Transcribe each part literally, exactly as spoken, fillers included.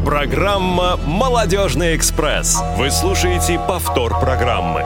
Программа «Молодежный экспресс». Вы слушаете повтор программы.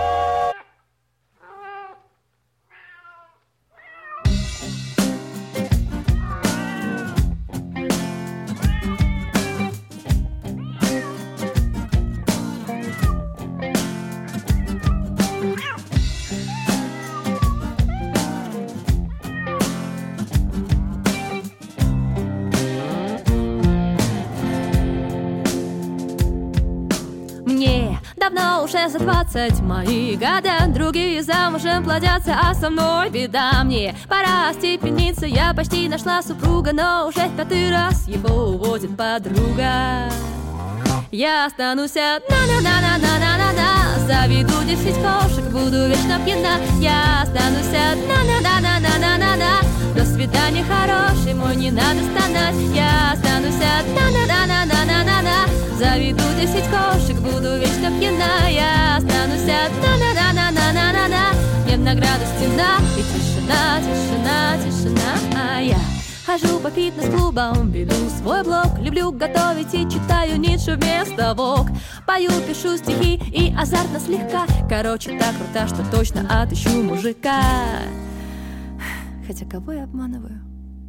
Давно уже за двадцать мои года, другие замужем плодятся, а со мной беда. Мне пора остепениться, я почти нашла супруга, но уже в пятый раз его уводит подруга. Я останусь одна, на-на-на-на-на-на-на, заведу десять кошек, буду вечно пьяна. Я останусь одна, на-на-на-на-на-на-на, до свидания, хороший мой, не надо стонать. Я останусь одна, на-на-на-на-на-на-на, заведу десять кошек, буду вечно пьяна. Я останусь одна, на-на-на-на-на-на-на, мне в награду стена и тишина, тишина, тишина. А я хожу по фитнес-клубам, веду свой блог, люблю готовить и читаю Ницше вместо Вог. Пою, пишу стихи и азартно слегка. Короче, так круто, что точно отыщу мужика. Хотя кого я обманываю?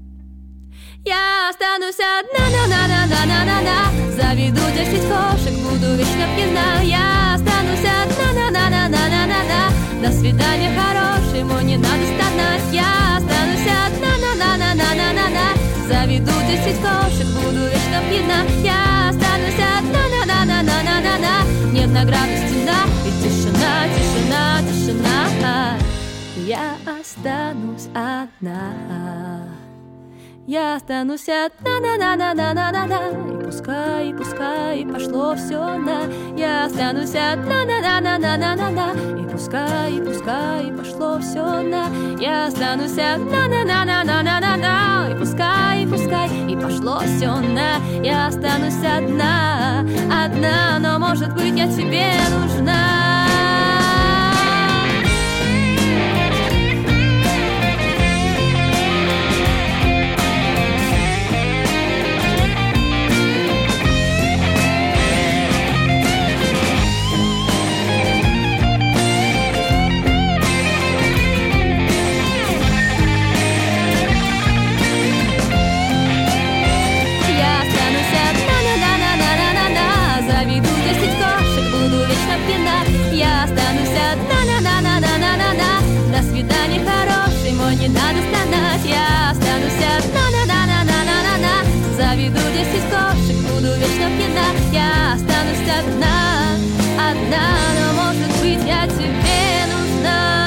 Я останусь одна, на-на-на-на-на-на-на, заведу десять кошек, буду вечно пьяна. Я останусь одна, на-на-на-на-на-на-на, до свидания, хороший мой, не надо стонать. Я останусь одна, на-на-на-на-на-на-на, заведу десять кошек, буду вечно пьяна. Я останусь одна, на-на-на-на-на-на-на, мне в награду стена и тишина, тишина, тишина. Я останусь одна. Я останусь одна, на-на-на-на-на-на-на, и пускай, и пускай, и пошло все на. Я останусь одна, на-на-на-на-на-на-на, и пускай, и пускай, и пошло все на. Я останусь одна, на-на-на-на-на-на-на, и пускай, и пускай, и пошло все на. Я останусь одна, одна, но может быть я тебе нужна. Я останусь одна, на-на-на-на-на-на-на, до свидания, хороший мой, не надо стонать. Я останусь одна, на-на-на-на-на-на-на, заведу десять кошек, буду вечно пьяна. Я останусь одна, одна, но может быть я тебе нужна.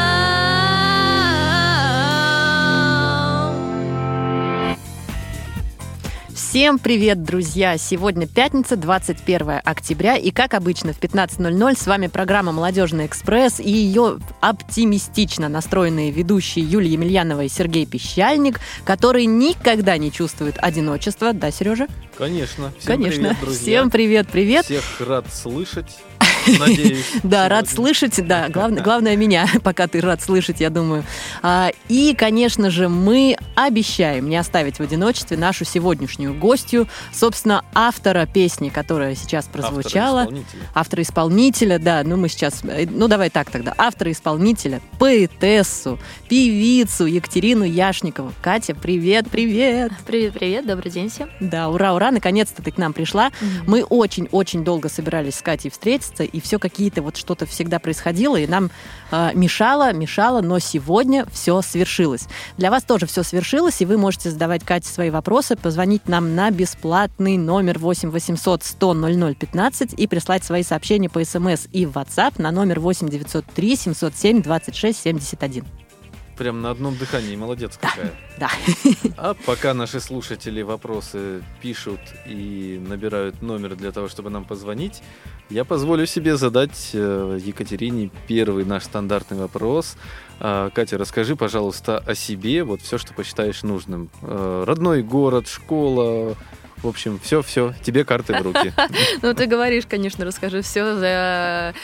Всем привет, друзья! Сегодня пятница, двадцать первое октября, и, как обычно, в пятнадцать ноль ноль с вами программа «Молодежный экспресс» и ее оптимистично настроенные ведущие Юлия Емельянова и Сергей Пищальник, которые никогда не чувствуют одиночества. Да, Сережа? Конечно. Всем Конечно. Привет, друзья. Всем привет, привет. Всех рад слышать. Надеюсь. Да, рад слышать, да, главное, главное меня, пока ты рад слышать, я думаю. И, конечно же, мы обещаем не оставить в одиночестве нашу сегодняшнюю гостью, собственно, автора песни, которая сейчас прозвучала. Автора-исполнителя, да, ну мы сейчас, ну давай так тогда, автора-исполнителя, поэтессу, певицу Екатерину Яшникову. Катя, привет, привет. Привет-привет, добрый день всем. Да, ура-ура, наконец-то ты к нам пришла. Mm-hmm. Мы очень-очень долго собирались с Катей встретиться, и все какие-то вот что-то всегда происходило, и нам э, мешало, мешало, но сегодня все свершилось. Для вас тоже все свершилось, и вы можете задавать Кате свои вопросы, позвонить нам на бесплатный номер восемь восемьсот сто ноль ноль пятнадцать и прислать свои сообщения по СМС и в WhatsApp на номер восемь девятьсот три семьсот семь двадцать шесть семьдесят один. Прям на одном дыхании, молодец какая. Да. А пока наши слушатели вопросы пишут и набирают номер для того, чтобы нам позвонить, я позволю себе задать Екатерине первый наш стандартный вопрос. Катя, расскажи, пожалуйста, о себе, вот все, что посчитаешь нужным. Родной город, школа, в общем, все-все, тебе карты в руки. Ну, ты говоришь, конечно, расскажи все.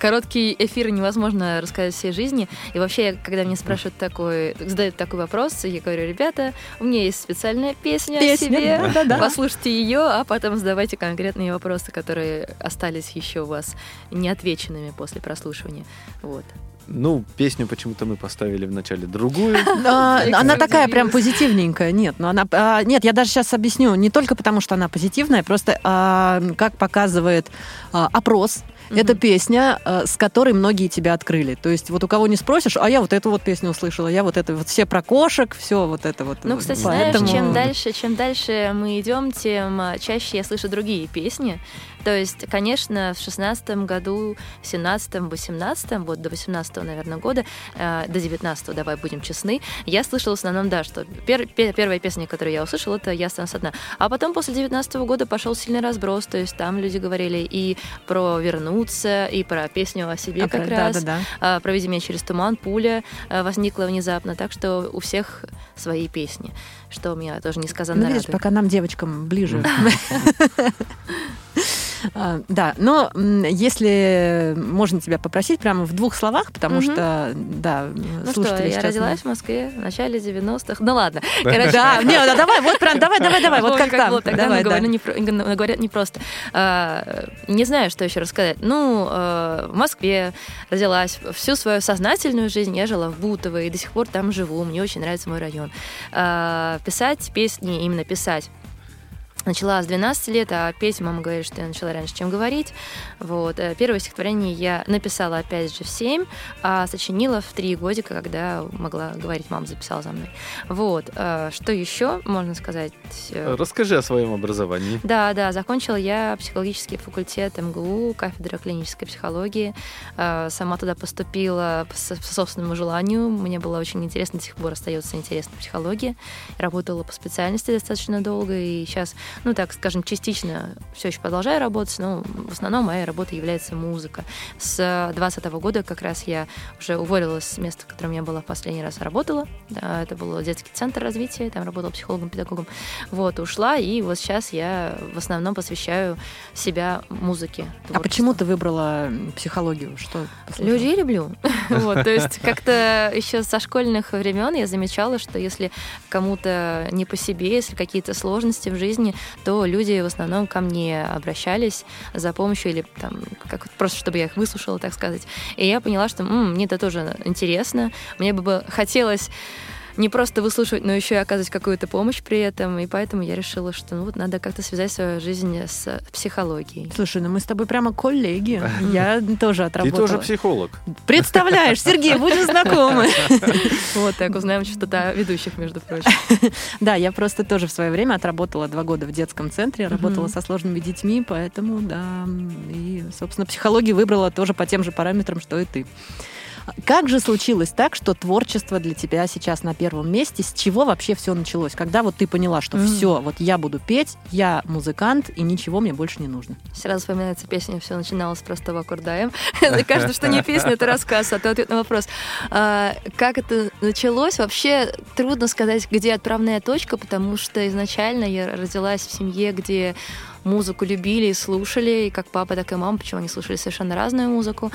короткий эфир невозможно рассказать всей жизни. И вообще, когда мне спрашивают такой, задают такой вопрос, я говорю: ребята, у меня есть специальная песня, Песня, о себе, да-да-да. послушайте ее, а потом задавайте конкретные вопросы, которые остались еще у вас неотвеченными после прослушивания. Вот. Ну, песню почему-то мы поставили вначале другую. А, Я, она кстати, такая прям удивилась. позитивненькая. Нет, ну она, а, нет, я даже сейчас объясню. Не только потому, что она позитивная, просто а, как показывает а, опрос. Мгм. Это песня, а, с которой многие тебя открыли. То есть вот у кого не спросишь, а я вот эту вот песню услышала, я вот это вот все про кошек, все вот это вот. Ну, кстати, Поэтому- знаешь, чем дальше, чем дальше мы идем, тем а, чаще я слышу другие песни. То есть, конечно, в шестнадцатом году, в семнадцатом, восемнадцатом, вот до восемнадцатого, наверное, года, э, до девятнадцатого, давай будем честны, я слышала в основном, да, что пер- пер- первая песня, которую я услышала, это «Я останусь одна». А потом после девятнадцатого года пошел сильный разброс, то есть там люди говорили и про вернуться, и про песню о себе А, как да, раз, да, да. а, «Проведи меня через туман», «Пуля» а, возникла внезапно, так что у всех свои песни, что меня тоже несказанно Ну, видишь, радует. пока нам, девочкам, ближе. А, Да, но м, если можно тебя попросить прямо в двух словах, потому Мгм. что, да, Ну что, слушатели я сейчас... родилась в Москве в начале девяностых. Ну ладно. Короче, Да, не, да, давай, вот прям, давай, давай, давай, вот Ой, как там. было тогда, Давай, но да. говорю, не про- г- говорят непросто. А, Не знаю, что еще рассказать. Ну, а, в Москве родилась. Всю свою сознательную жизнь я жила в Бутово и до сих пор там живу. Мне очень нравится мой район. А, Писать песни, именно писать, начала с двенадцати лет, а петь мама говорит, что я начала раньше, чем говорить. Вот. Э, Первое стихотворение я написала, опять же, в семь, а сочинила в три годика, когда могла говорить, мама записала за мной. Вот. Э, Что еще можно сказать? Э, Расскажи о своем образовании. Да, да, закончила я психологический факультет эм гэ у, кафедра клинической психологии. Э, Сама туда поступила по со- по собственному желанию. Мне было очень интересно, до сих пор остается интересна психология. Работала по специальности достаточно долго, и сейчас, ну так скажем, частично все еще продолжаю работать, но в основном моя работа является музыка. С двадцатого года как раз я уже уволилась с места, в котором я была в последний раз работала. Да, это был детский центр развития, там работала психологом-педагогом. Вот, ушла, и вот сейчас я в основном посвящаю себя музыке. А почему ты выбрала психологию? Что послушала? Людей люблю. Вот, то есть как-то еще со школьных времен я замечала, что если кому-то не по себе, если какие-то сложности в жизни, то люди в основном ко мне обращались за помощью или там, как, просто чтобы я их выслушала, так сказать. И я поняла, что м, мне это тоже интересно. Мне бы хотелось не просто выслушивать, но еще и оказывать какую-то помощь при этом. И поэтому я решила, что ну, вот надо как-то связать свою жизнь с психологией. Слушай, ну мы с тобой прямо коллеги. Я тоже Ты отработала. тоже психолог. Представляешь, Сергей, будем знакомы. Вот так узнаем что-то о ведущих, между прочим. Да, я просто тоже в свое время отработала два года в детском центре, работала Мгм. со сложными детьми, поэтому, да, и, собственно, психологию выбрала тоже по тем же параметрам, что и ты. Как же случилось так, что творчество для тебя сейчас на первом месте? С чего вообще все началось? Когда вот ты поняла, что Мгм. все, вот я буду петь, я музыкант, и ничего мне больше не нужно? Сразу вспоминается песня «Все начиналось с простого аккорда М». Мне кажется, что не песня, это рассказ, а то ответ на вопрос. А, Как это началось? Вообще трудно сказать, где отправная точка, потому что изначально я родилась в семье, где музыку любили и слушали, и как папа, так и мама, причем они слушали совершенно разную музыку.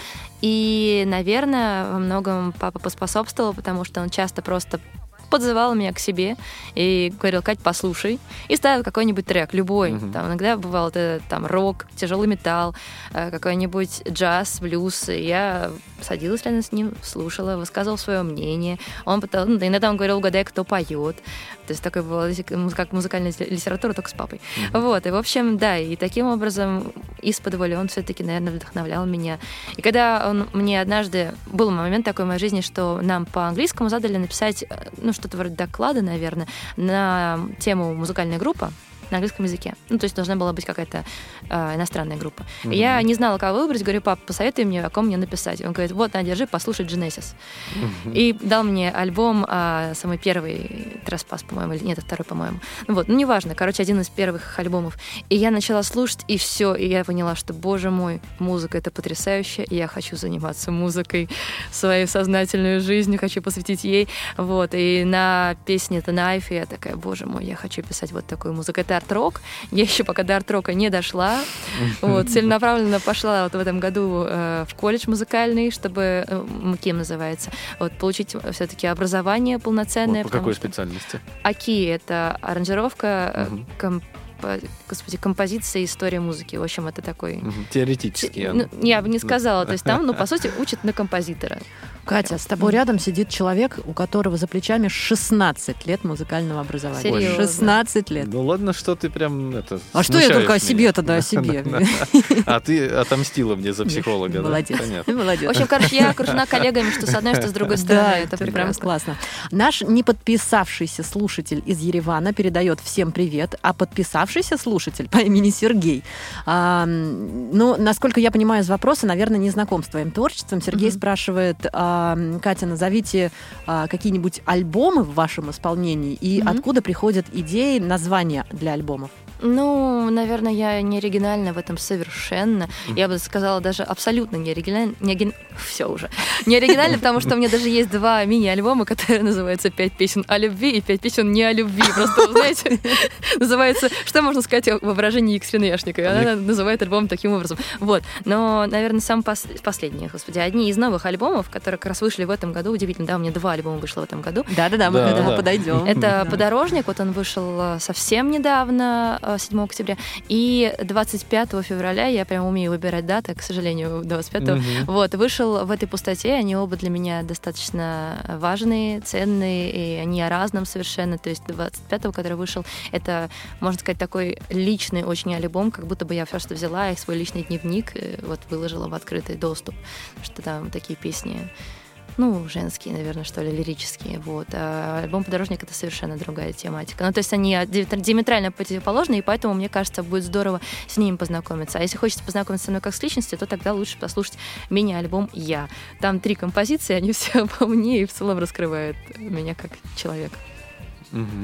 И, наверное, во многом папа поспособствовал, потому что он часто просто подзывал меня к себе и говорил: Кать, послушай. И ставил какой-нибудь трек, любой. Мгм. Там, иногда бывал это там рок, тяжелый металл, э, какой-нибудь джаз, блюз. И я садилась рядом с ним, слушала, высказывала свое мнение. Он пытался, ну, да, иногда он говорил: угадай, кто поет. То есть такое было как музыкальная литература, только с папой. Мгм. Вот, и в общем, да, и таким образом из-под воли он все-таки, наверное, вдохновлял меня. И когда он мне однажды, был момент такой в моей жизни, что нам по английскому задали написать, э, ну, что-то вроде доклада, наверное, на тему музыкальная группа на английском языке. Ну, то есть должна была быть какая-то э, иностранная группа. Мгм. Я не знала, кого выбрать. Говорю: пап, посоветуй мне, о ком мне написать. Он говорит: вот, на, держи, послушай Genesis. Мгм. И дал мне альбом, а, самый первый, Траспас, по-моему, или нет, это второй, по-моему. Ну вот, ну неважно, короче, один из первых альбомов. И я начала слушать, и все, и я поняла, что, боже мой, музыка — это потрясающе, и я хочу заниматься музыкой, свою сознательную жизнь хочу посвятить ей. Вот, и на песне «The Knife» я такая: боже мой, я хочу писать вот такую музыку. Это арт-рок. Я еще пока до арт-рока не дошла. Вот, целенаправленно пошла вот в этом году э, в колледж музыкальный, чтобы, э, МКИМ называется, вот, получить все-таки образование полноценное. Вот, по какой специальности? АКИ — это аранжировка, Угу. комп... Господи, композиция и история музыки. В общем, это такой... Угу. Теоретически. Ну, я бы не сказала. То есть там, ну, по сути, учат на композитора. Катя, с тобой рядом сидит человек, у которого за плечами шестнадцать лет музыкального образования. Серьезно? шестнадцать лет. Ну ладно, что ты прям это. А что я смущаешь только о меня. себе тогда, о себе? А ты отомстила мне за психолога, да? Молодец. Понятно. В Молодец. общем, короче, я окружена коллегами, что с одной, что с другой стороны. Да, Это прям прекрасно. классно. Наш не подписавшийся слушатель из Еревана передает всем привет, а подписавшийся слушатель по имени Сергей, а, ну, насколько я понимаю из вопроса, наверное, не знаком с твоим творчеством. Сергей Мгм. спрашивает: а, Катя, назовите а, какие-нибудь альбомы в вашем исполнении и Мгм. откуда приходят идеи, названия для альбомов? Ну, наверное, я не оригинальна в этом совершенно. Я бы сказала, даже абсолютно не оригинальна. Не оригин... Все уже. Не оригинальна, потому что у меня даже есть два мини-альбома, которые называются «Пять песен о любви» и «Пять песен не о любви». Просто, вы знаете, называется «Что можно сказать о воображении Екатерины Яшниковой?» Она называет альбом таким образом. Вот. Но, наверное, сам пос- последний, господи, одни из новых альбомов, которые как раз вышли в этом году. Удивительно, да, у меня два альбома вышло в этом году. Да-да-да, мы Да, к этому да. подойдем. Это Да. «Подорожник», вот он вышел совсем недавно, седьмого октября, и двадцать пятого февраля, я прям умею выбирать даты, к сожалению, двадцать пятого, Мгм. вот, вышел «В этой пустоте», они оба для меня достаточно важные, ценные, и они о разном совершенно, то есть двадцать пятого, который вышел, это, можно сказать, такой личный очень альбом, как будто бы я просто взяла и свой личный дневник э, вот выложила в открытый доступ, потому что там такие песни, ну, женские, наверное, что ли, лирические, вот. А альбом «Подорожник» — это совершенно другая тематика. Ну, то есть они диаметрально противоположны, и поэтому, мне кажется, будет здорово с ними познакомиться. А если хочется познакомиться со мной как с личностью, то тогда лучше послушать мини-альбом «Я». Там три композиции, они все обо мне и в целом раскрывают меня как человека. Мгм.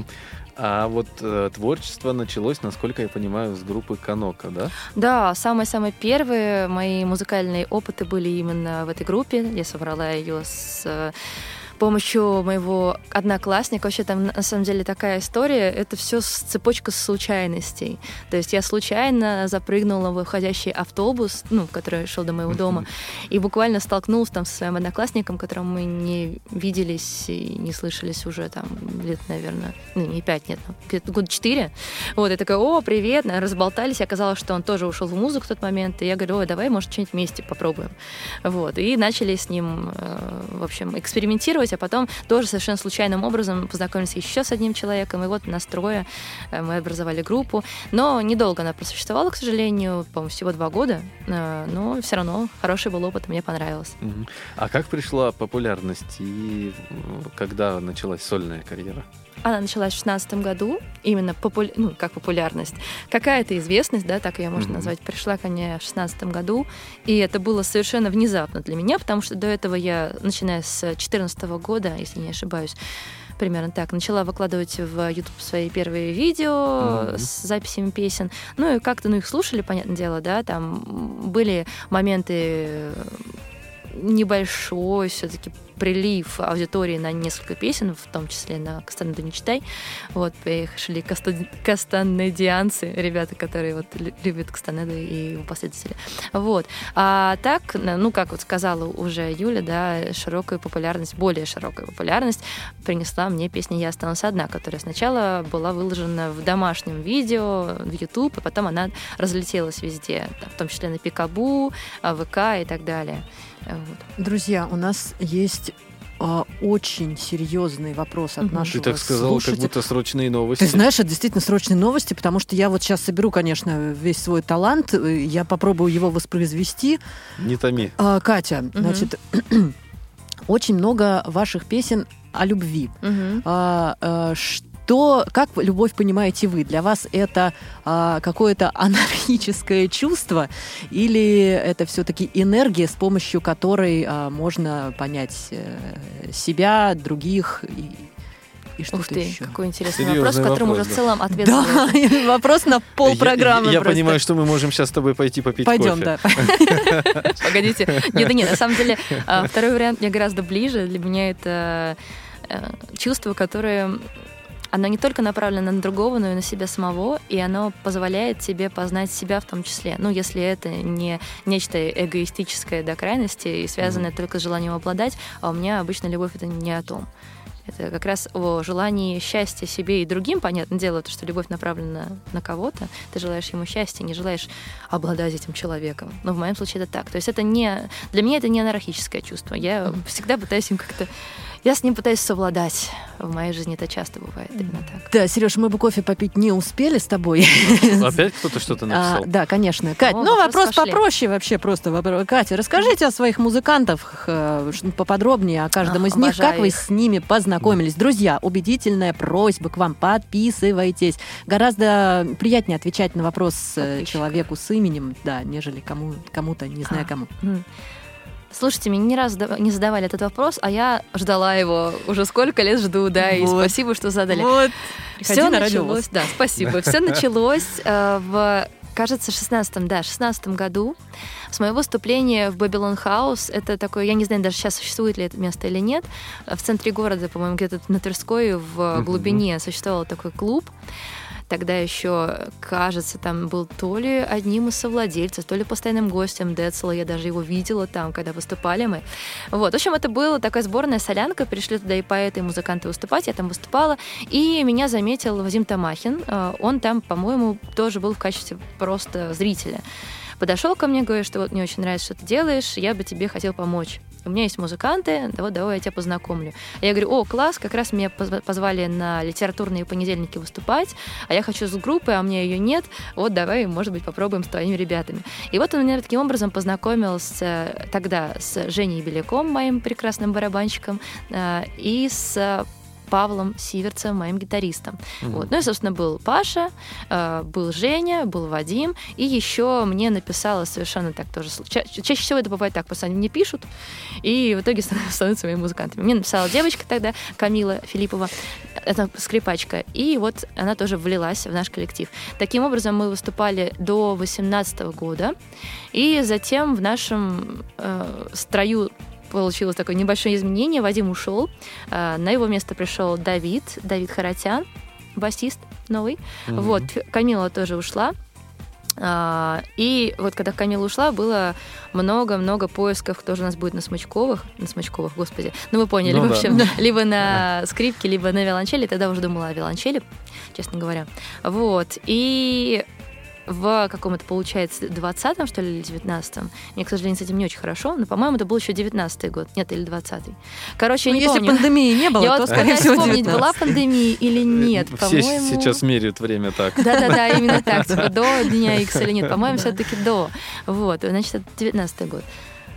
А вот э, творчество началось, насколько я понимаю, с группы Канока, да? Да, самые-самые первые мои музыкальные опыты были именно в этой группе. Я собрала ее с э, помощью моего одноклассника. Вообще там на самом деле такая история. Это все цепочка случайностей. То есть я случайно запрыгнула в выходящий автобус, ну, который шел до моего дома, и буквально столкнулась там со своим одноклассником, которым мы не виделись и не слышались уже там лет, наверное, ну, не пять, нет, где-то года четыре. Вот, я такая: о, привет, разболтались. И оказалось, что он тоже ушел в музыку в тот момент. И я говорю: ой, давай, может, что-нибудь вместе попробуем. Вот, и начали с ним, в общем, экспериментировать, а потом тоже совершенно случайным образом познакомились еще с одним человеком, и вот нас трое, мы образовали группу. Но недолго она просуществовала, к сожалению, по-моему, всего два года, но все равно хороший был опыт, мне понравилось. Мгм. А как пришла популярность и э, когда началась сольная карьера? Она началась в шестнадцатом году, именно популя... ну, как популярность. Какая-то известность, да, так ее можно Мгм. назвать, пришла ко мне в шестнадцатом году, и это было совершенно внезапно для меня, потому что до этого я, начиная с четырнадцатого года, если не ошибаюсь, примерно так, начала выкладывать в YouTube свои первые видео Мгм. с записями песен. Ну и как-то, ну, их слушали, понятное дело, да, там были моменты небольшой все-таки прилив аудитории на несколько песен, в том числе на «Кастанеду не читай». Вот, пришли каста- кастанедианцы, ребята, которые вот лю- любят Кастанеду и его последователи. Вот. А так, ну, как вот сказала уже Юля, да, широкую популярность, более широкую популярность принесла мне песня «Я останусь одна», которая сначала была выложена в домашнем видео в YouTube, а потом она разлетелась везде, там, в том числе на Пикабу, ВК и так далее. Вот. Друзья, у нас есть а, очень серьезный вопрос от Мгм. нашего Ты так сказала, как слушателя. будто срочные новости. Ты знаешь, это действительно срочные новости, потому что я вот сейчас соберу, конечно, весь свой талант, э, я попробую его воспроизвести. Не томи. А, Катя, значит, очень много ваших песен о любви. Мгм. А, а, Что, как любовь понимаете вы? Для вас это а, какое-то анархическое чувство или это все-таки энергия, с помощью которой а, можно понять э, себя, других и, и что-то Ух ты, еще? какой интересный Серьезный вопрос, которому вопрос, уже да. в целом ответ Да, заложен. вопрос на полпрограммы. Я, я просто. понимаю, что мы можем сейчас с тобой пойти попить Пойдем, кофе. да. Погодите. Нет, да нет, на самом деле, а, второй вариант мне гораздо ближе. Для меня это э, чувство, которое оно не только направлено на другого, но и на себя самого, и оно позволяет тебе познать себя в том числе. Ну, если это не нечто эгоистическое до крайности и связанное mm-hmm. только с желанием обладать, а у меня обычно любовь — это не о том. Это как раз о желании счастья себе и другим. Понятное дело, то, что любовь направлена на кого-то. Ты желаешь ему счастья, не желаешь обладать этим человеком. Но в моем случае это так. То есть это не... Для меня это не анархическое чувство. Я всегда пытаюсь им как-то... Я с ним пытаюсь совладать. В моей жизни это часто бывает именно так. Да, Сереж, мы бы кофе попить не успели с тобой. Опять кто-то что-то написал? А, да, конечно. Кать, О, ну вопрос, вопрос попроще вообще просто. Катя, расскажите о своих музыкантах поподробнее, о каждом а, из них. Как их. Вы с ними познакомились? Друзья, убедительная просьба к вам. Подписывайтесь. Гораздо приятнее отвечать на вопрос Подписчик. человеку с именем, да, нежели кому, кому-то, не знаю а. кому. Слушайте, мне ни разу не задавали этот вопрос, а я ждала его. Уже сколько лет жду, да, вот. И спасибо, что задали. Вот. Все началось, да, спасибо. Все началось э, в, кажется, шестнадцатом, да, шестнадцатом году с моего выступления в Babylon House. Это такое, я не знаю даже сейчас, существует ли это место или нет. В центре города, по-моему, где-то на Тверской, в глубине существовал такой клуб. Тогда еще, кажется, там был то ли одним из совладельцев, то ли постоянным гостем Децела. Я даже его видела там, когда выступали мы. Вот. В общем, это была такая сборная солянка. Пришли туда и поэты, и музыканты выступать. Я там выступала. И меня заметил Вадим Тамахин. Он там, по-моему, тоже был в качестве просто зрителя. Подошел ко мне, говорит, что вот мне очень нравится, что ты делаешь, я бы тебе хотел помочь. У меня есть музыканты, да вот давай я тебя познакомлю. Я говорю, о, класс, как раз меня позвали на литературные понедельники выступать, а я хочу с группой, а у меня ее нет, вот давай, может быть, попробуем с твоими ребятами. И вот он меня таким образом познакомился тогда с Женей Беляком, моим прекрасным барабанщиком, и с Павлом Сиверцем, моим гитаристом. Mm-hmm. Вот. Ну и, собственно, был Паша, э, был Женя, был Вадим, и еще мне написала совершенно так тоже. Ча- чаще всего это бывает так, просто они мне пишут, и в итоге становятся моими музыкантами. Мне написала девочка тогда, Камила Филиппова, это скрипачка, и вот она тоже влилась в наш коллектив. Таким образом, мы выступали до восемнадцатого года, и затем в нашем э, строю получилось такое небольшое изменение. Вадим ушел. На его место пришел Давид, Давид Харатян, басист новый. Mm-hmm. Вот, Камила тоже ушла. И вот когда Камила ушла, было много-много поисков, кто же у нас будет на смычковых. На смычковых, господи. Ну, вы поняли, ну, в общем, да. либо на скрипке, либо на виолончели. Тогда уже думала о виолончели, честно говоря. Вот. И в каком-то, получается, двадцатом, что ли, или девятнадцатом. Мне, к сожалению, с этим не очень хорошо, но, по-моему, это был еще девятнадцатый год. Нет, или двадцатый. Короче, ну, я не если помню. Если пандемии не было, я то, вот скорее пытаюсь всего, вспомнить, девятнадцатый. Была пандемия или нет. Все По-моему... сейчас меряют время так. Да-да-да, именно так. Типа до Дня Икс или нет. По-моему, все-таки до. Вот. Значит, это девятнадцатый год.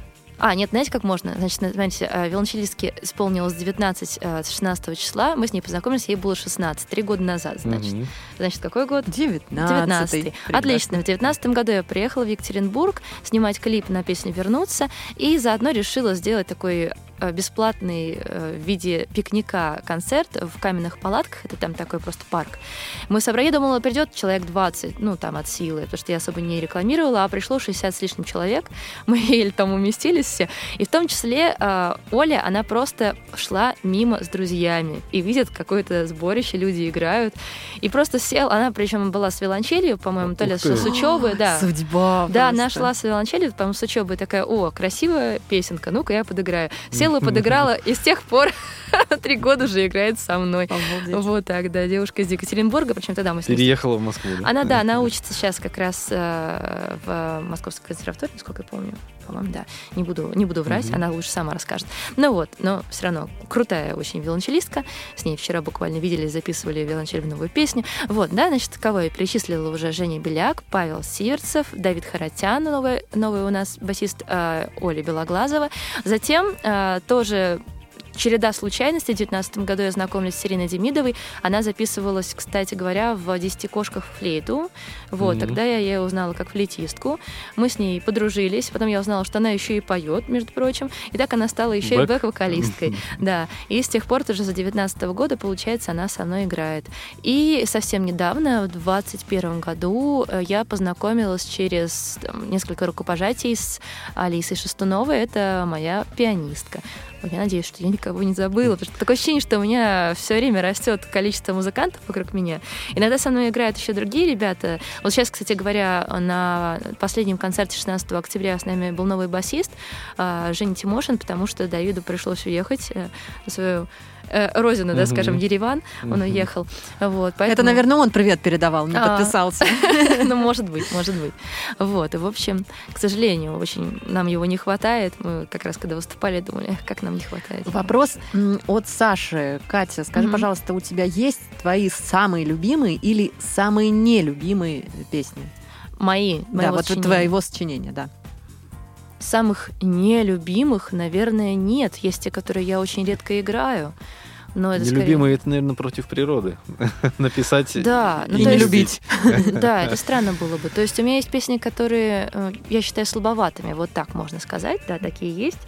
А, нет, знаете, как можно? Значит, смотрите, виолончелистке исполнилось девятнадцать с шестнадцатого числа. Мы с ней познакомились, ей было шестнадцать. Три года назад, значит. Угу. Значит, какой год? девятнадцатый. Отлично. В девятнадцатом году я приехала в Екатеринбург снимать клип на песню «Вернуться», и заодно решила сделать такой бесплатный в виде пикника концерт в каменных палатках. Это там такой просто парк. Мы собрали, я думала, придет человек двадцать, ну, там, от силы, потому что я особо не рекламировала, а пришло шестьдесят с лишним человек. Мы еле там уместились все. И в том числе э, Оля, она просто шла мимо с друзьями и видит какое-то сборище, люди играют. И просто сел, она причем была с виолончелью, по-моему, то ли с, с учебы, да. Судьба. Да, просто. она шла с виолончелью, по-моему, с учебы, такая, о, красивая песенка, ну-ка я подыграю. Села, подыграла, и с тех пор три года уже играет со мной. Обалдеть. Вот так, да, девушка из Екатеринбурга, причем тогда мы с ней... Переехала в Москву, да? Она, да, она учится сейчас как раз э, в Московской консерватории, насколько я помню. По-моему, да. Не буду, не буду врать, mm-hmm. она лучше сама расскажет. Ну вот, но все равно крутая очень виолончелистка. С ней вчера буквально виделись, записывали виолончель в новую песню. Вот, да, значит, кого я перечислила уже: Женя Беляк, Павел Сиверцев, Давид Харатян, новый, новый у нас басист, э, Оля Белоглазова. Затем э, тоже... череда случайностей. В две тысячи девятнадцатом году я знакомилась с Ириной Демидовой. Она записывалась, кстати говоря, в «Десяти кошках» флейту. Вот, mm-hmm. тогда я ее узнала как флейтистку. Мы с ней подружились. Потом я узнала, что она еще и поет, между прочим. И так она стала еще Бэк. и бэк-вокалисткой. Да. И с тех пор, тоже за две тысячи девятнадцатого года, получается, она со мной играет. И совсем недавно, в двадцать первом году, я познакомилась через там, несколько рукопожатий с Алисой Шестуновой. Это моя пианистка. Ой, я надеюсь, что я никого не забыла, потому что такое ощущение, что у меня все время растет количество музыкантов вокруг меня. Иногда со мной играют еще другие ребята. Вот сейчас, кстати говоря, на последнем концерте шестнадцатого октября с нами был новый басист Женя Тимошин, потому что Давиду пришлось уехать на свою родину, да, скажем, Ереван, он уехал. Вот, поэтому... Это, наверное, он привет передавал, не подписался. Ну, может быть, может быть. Вот, и, в общем, к сожалению, очень нам его не хватает. Мы как раз, когда выступали, думали, как нам не хватает. Вопрос от Саши. Катя, скажи, mm-hmm. пожалуйста, у тебя есть твои самые любимые или самые нелюбимые песни? Мои, да, вот сочинения. Твоего сочинения, да. Самых нелюбимых, наверное, нет. Есть те, которые я очень редко играю. Но это Нелюбимые, скорее... это, наверное, против природы. Написать да, и ну, не есть... любить. Да, это странно было бы. То есть у меня есть песни, которые я считаю слабоватыми. Вот так можно сказать. Да, такие есть.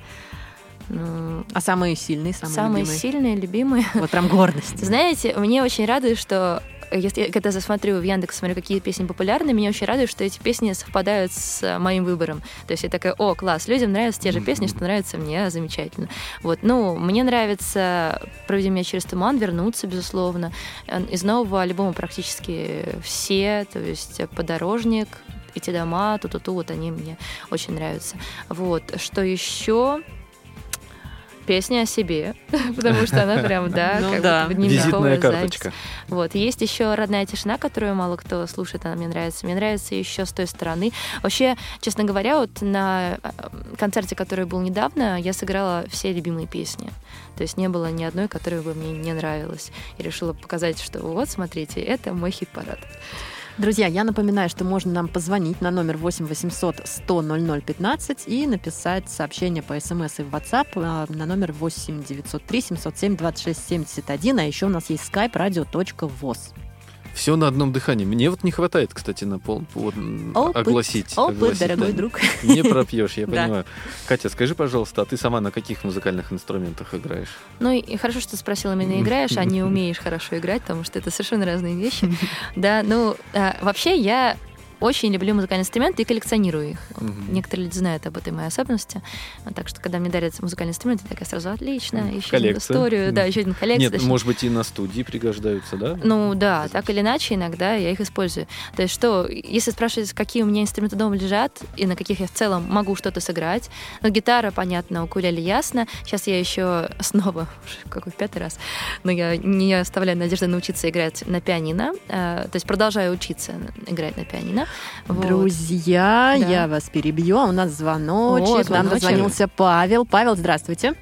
Ну, а самые сильные, самые, самые любимые? сильные, любимые. Вот прям гордость. Знаете, мне очень радует, что если я когда засмотрю в Яндекс, смотрю, какие песни популярны, меня очень радует, что эти песни совпадают с моим выбором. То есть я такая, о, класс, людям нравятся те же песни, что нравятся мне, замечательно. Вот, ну, мне нравится «Проведи меня через туман», «Вернуться», безусловно. Из нового альбома практически все, то есть «Подорожник», «Эти дома», «Ту-ту-ту», вот они мне очень нравятся. Вот, что еще... Песня о себе, потому что она прям, да, ну, как да. бы дневниковая карточка. запись. Вот. Есть еще «Родная тишина», которую мало кто слушает, она мне нравится. Мне нравится еще «С той стороны». Вообще, честно говоря, вот на концерте, который был недавно, я сыграла все любимые песни. То есть не было ни одной, которая бы мне не нравилась. И решила показать, что вот, смотрите, это мой хит-парад. Друзья, я напоминаю, что можно нам позвонить на номер восемь восемьсот сто ноль ноль пятнадцать и написать сообщение по СМС и в WhatsApp на номер восемь девятьсот три семьсот семь двадцать шесть семьдесят один, а еще у нас есть skype radio точка voz. Все на одном дыхании. Мне вот не хватает, кстати, на пол вот, опыт, огласить. Опыт, огласить, дорогой да, друг. Не пропьешь, я да. понимаю. Катя, скажи, пожалуйста, а ты сама на каких музыкальных инструментах играешь? Ну, и хорошо, что ты спросила, именно играешь, а не умеешь хорошо играть, потому что это совершенно разные вещи. Да, ну, вообще я очень люблю музыкальные инструменты и коллекционирую их. Mm-hmm. Некоторые люди знают об этой моей особенности. Так что, когда мне дарят музыкальный инструмент, я такая сразу отлично, mm-hmm. еще одну историю, mm-hmm. да, еще один коллекция. Нет, точнее. Может быть, и на студии пригождаются, да? Ну да, так или иначе, иногда я их использую. То есть что, если спрашивать, какие у меня инструменты дома лежат, и на каких я в целом могу что-то сыграть, ну, гитара, понятно, укулеле ясно. Сейчас я еще снова, какой пятый раз, но я не оставляю надежды научиться играть на пианино, то есть продолжаю учиться играть на пианино. Вот. Друзья, да. я вас перебью. У нас звоночек. О, Нам дозвонился Павел. Павел, здравствуйте.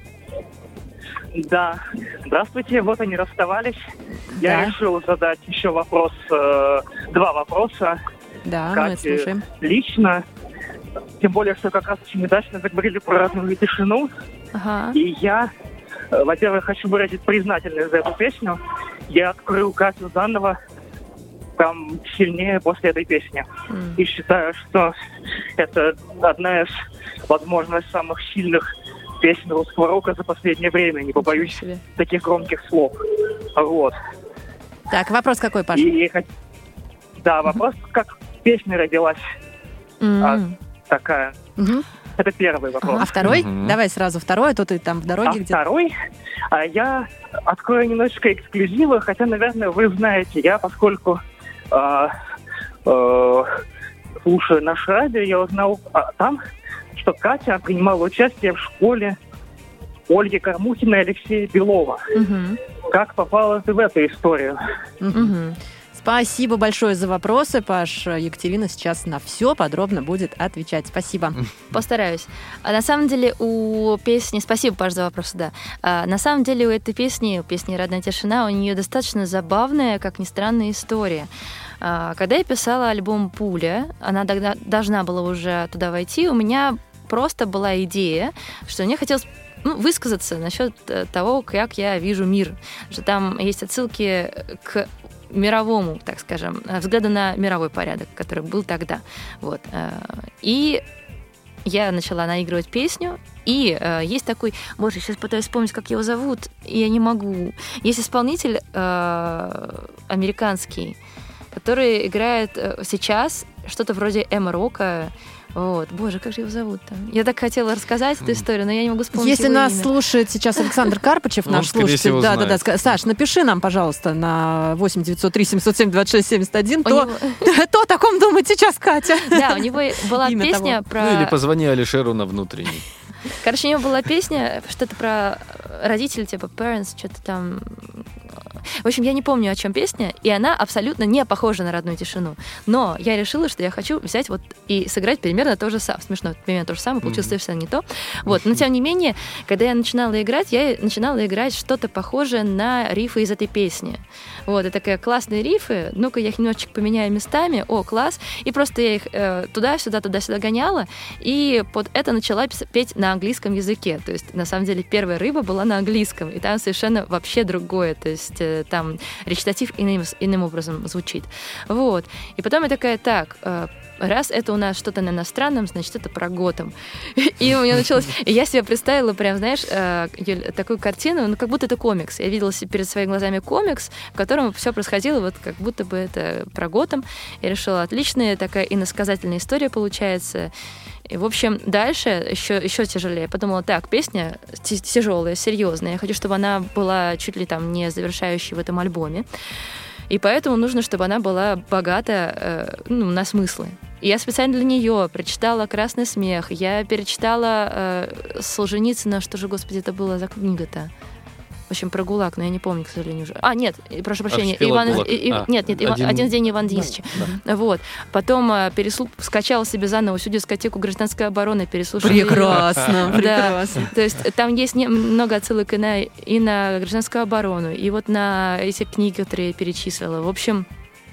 Да, здравствуйте. Вот они расставались. Да. Я решил задать еще вопрос, э, два вопроса. Да, Кате мы слушаем. Лично. Тем более, что как раз очень удачно заговорили про «Родную тишину». Ага. И я, э, во-первых, хочу выразить признательность за эту песню. Я открыл Катю заново там сильнее после этой песни. Mm. И считаю, что это одна из, возможно, самых сильных песен русского рока за последнее время. Не побоюсь себе таких громких слов. Вот. Так, вопрос какой, Паша? И, да, вопрос, mm-hmm. как песня родилась. Mm-hmm. А, такая. Mm-hmm. Это первый вопрос. А второй? Mm-hmm. Давай сразу второй, а то ты там в дороге а где-то. второй? А я открою немножечко эксклюзива, хотя, наверное, вы знаете, я, поскольку э, э, слушаю наше радио, я узнал а, там, что Катя принимала участие в школе Ольги Кормухиной и Алексея Белова. Угу. Как попала ты в эту историю? Угу. Спасибо большое за вопросы, Паш. Екатерина сейчас на все подробно будет отвечать. Спасибо. Постараюсь. А на самом деле у песни... Спасибо, Паш, за вопрос, да. А на самом деле у этой песни, у песни «Родная тишина», у нее достаточно забавная, как ни странно, история. А, когда я писала альбом «Пуля», она тогда должна была уже туда войти, у меня просто была идея, что мне хотелось ну, высказаться насчет того, как я вижу мир. Что там есть отсылки к мировому, так скажем, взгляду на мировой порядок, который был тогда. Вот. И я начала наигрывать песню, и э, есть такой, боже, сейчас пытаюсь вспомнить, как его зовут, и я не могу. Есть исполнитель э, американский, который играет сейчас что-то вроде эмо-рока, Вот. Боже, как же его зовут-то? Я так хотела рассказать эту историю, но я не могу вспомнить Если его нас имя. слушает сейчас Александр Карпачев, Он, наш скорее слушатель, всего, да, да, да, знает. Саш, напиши нам, пожалуйста, на восемь девятьсот три семьсот семь двадцать шесть семьдесят один, У то, него- то о таком думает сейчас Катя. Да, у него была Имя песня про... Ну или позвони Алишеру на внутренний. Короче, у него была песня, что-то про родителей, типа parents, что-то там... В общем, я не помню, о чем песня, и она абсолютно не похожа на «Родную тишину». Но я решила, что я хочу взять вот и сыграть примерно то же самое. Смешно, примерно то же самое, получилось Мгм. совершенно не то. Вот. Но, тем не менее, когда я начинала играть, я начинала играть что-то похожее на рифы из этой песни. Вот, и такая классные рифы, ну-ка я их немножечко поменяю местами, о, класс. И просто я их э, туда-сюда, туда-сюда гоняла, и под это начала пис- петь на английском языке. То есть, на самом деле, первая рыба была на английском, и там совершенно вообще другое. То есть, э, там речитатив иным, иным образом звучит. Вот. И потом я такая, так, э, раз это у нас что-то на иностранном, значит, это про Готэм. И у меня началось... И я себе представила прям, знаешь, э, Юль, такую картину, ну, как будто это комикс. Я видела себе перед своими глазами комикс, в котором все происходило вот как будто бы это про Готэм. Я решила, отличная такая иносказательная история получается. И, в общем, дальше еще, еще тяжелее. Я подумала, так, песня тяжелая, серьезная. Я хочу, чтобы она была чуть ли там не завершающей в этом альбоме. И поэтому нужно, чтобы она была богата э, ну, на смыслы. И я специально для нее прочитала «Красный смех», я перечитала э, Солженицына, что же, господи, это было за книга-то? В общем, про ГУЛАГ, но я не помню, к сожалению, уже. А, нет, прошу прощения, Архипелаг Иван... ГУЛАГ. и- и- А, нет, нет, Иван- один- один... день Иван Денисовича. Вот. Потом э, переслу... скачала себе заново всю дискотеку «Гражданской обороны», переслушала её. Прекрасно, Да. прекрасно. То есть там есть не- много отсылок и на, и на гражданскую оборону, и вот на эти книги, которые я перечислила. В общем,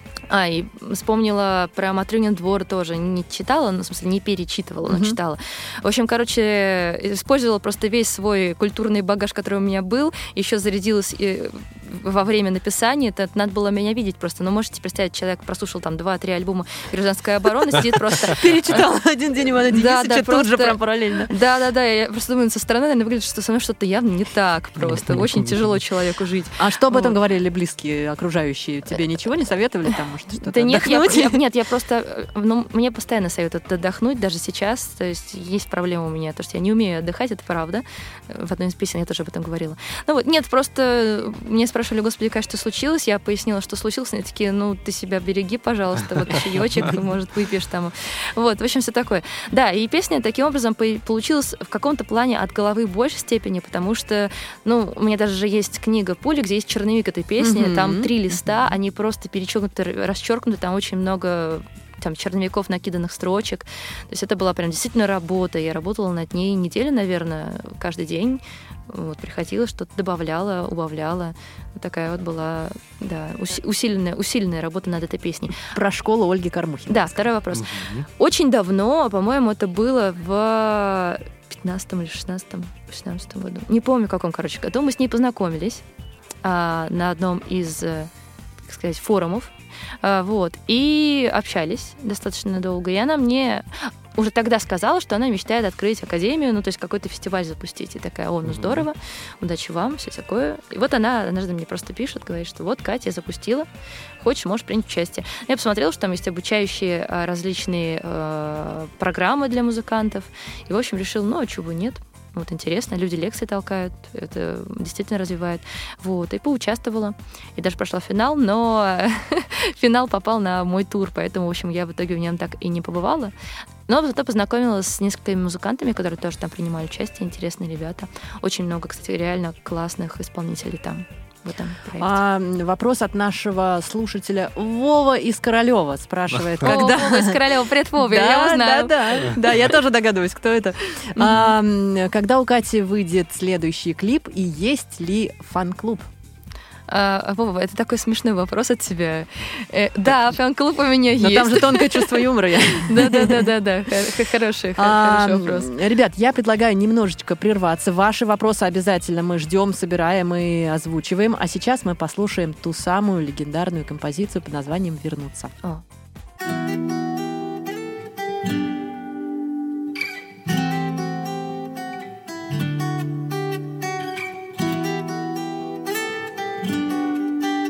а, и вспомнила про Матрёнин двор тоже. Не читала, ну, в смысле, не перечитывала, но Мгм. читала. В общем, короче, использовала просто весь свой культурный багаж, который у меня был. Еще зарядилась и во время написания. Это надо было меня видеть просто. Но можете представить, человек прослушал там два-три альбома «Гражданская оборона», сидит просто... Перечитала один день Ивана Да, Денисовича, да, тут же просто- прям параллельно. Да-да-да, я просто думаю, со стороны, наверное, выглядит, что со мной что-то явно не так просто. Очень тяжело человеку жить. А что об этом Вот. говорили близкие, окружающие? Тебе ничего не советовали там, может, что-то Да нет, я, отдохнуть? я- нет, я просто... Ну, мне постоянно советуют отдохнуть, даже сейчас. То есть есть проблема у меня, то, что я не умею отдыхать, это правда. В одной из песен я тоже об этом говорила. Ну вот, нет, просто мне спрашивали, господи, как что случилось? Я пояснила, что случилось. Они такие, ну, ты себя береги, пожалуйста, вот чаечек, может, выпьешь там. Вот, в общем, все такое. Да, и песня таким образом по- получилась в каком-то плане от головы в большей степени, потому что, ну, у меня даже же есть книга «Пули», где есть черновик этой песни, Мгм. там три листа, они просто перечеркнуты, расчеркнуты, там очень много там черновиков, накиданных строчек. То есть это была прям действительно работа. Я работала над ней неделю, наверное, каждый день. Вот, приходила, что-то добавляла, убавляла. Вот такая вот была, да, уси- усиленная, усиленная работа над этой песней. Про школу Ольги Кормухиной. Да, второй вопрос. Мгм. Очень давно, по-моему, это было в пятнадцатом или шестнадцатом, шестнадцатом году. Не помню, в каком, короче, году. Мы с ней познакомились а, на одном из, э, как сказать, форумов. А, вот. И общались достаточно долго. И она мне уже тогда сказала, что она мечтает открыть академию, ну, то есть какой-то фестиваль запустить. И такая, о, ну, здорово, удачи вам, все такое. И вот она однажды мне просто пишет, говорит, что вот, Катя, я запустила, хочешь, можешь принять участие. Я посмотрела, что там есть обучающие а, различные э, программы для музыкантов. И, в общем, решила, ну, а чего бы нет. Вот интересно, люди лекции толкают, это действительно развивает. Вот, и поучаствовала, и даже прошла финал, но финал попал на мой тур, поэтому, в общем, я в итоге в нем так и не побывала. Но зато познакомилась с несколькими музыкантами, которые тоже там принимали участие, интересные ребята. Очень много, кстати, реально классных исполнителей там в этом проекте. А, вопрос от нашего слушателя Вова из Королева спрашивает, О, когда... Вова из Королева, привет, Вова, я его Да, знаю. да, да. Да, я тоже догадываюсь, кто это. А, м, Когда у Кати выйдет следующий клип и есть ли фан-клуб? А, Вова, это такой смешной вопрос от тебя. Э, да, фан-клуб у меня Но есть. там же тонкое чувство юмора. я- Да-да-да-да, хороший, А, хороший вопрос. Ребят, я предлагаю немножечко прерваться. Ваши вопросы обязательно мы ждем, собираем и озвучиваем. А сейчас мы послушаем ту самую легендарную композицию под названием «Вернуться». О.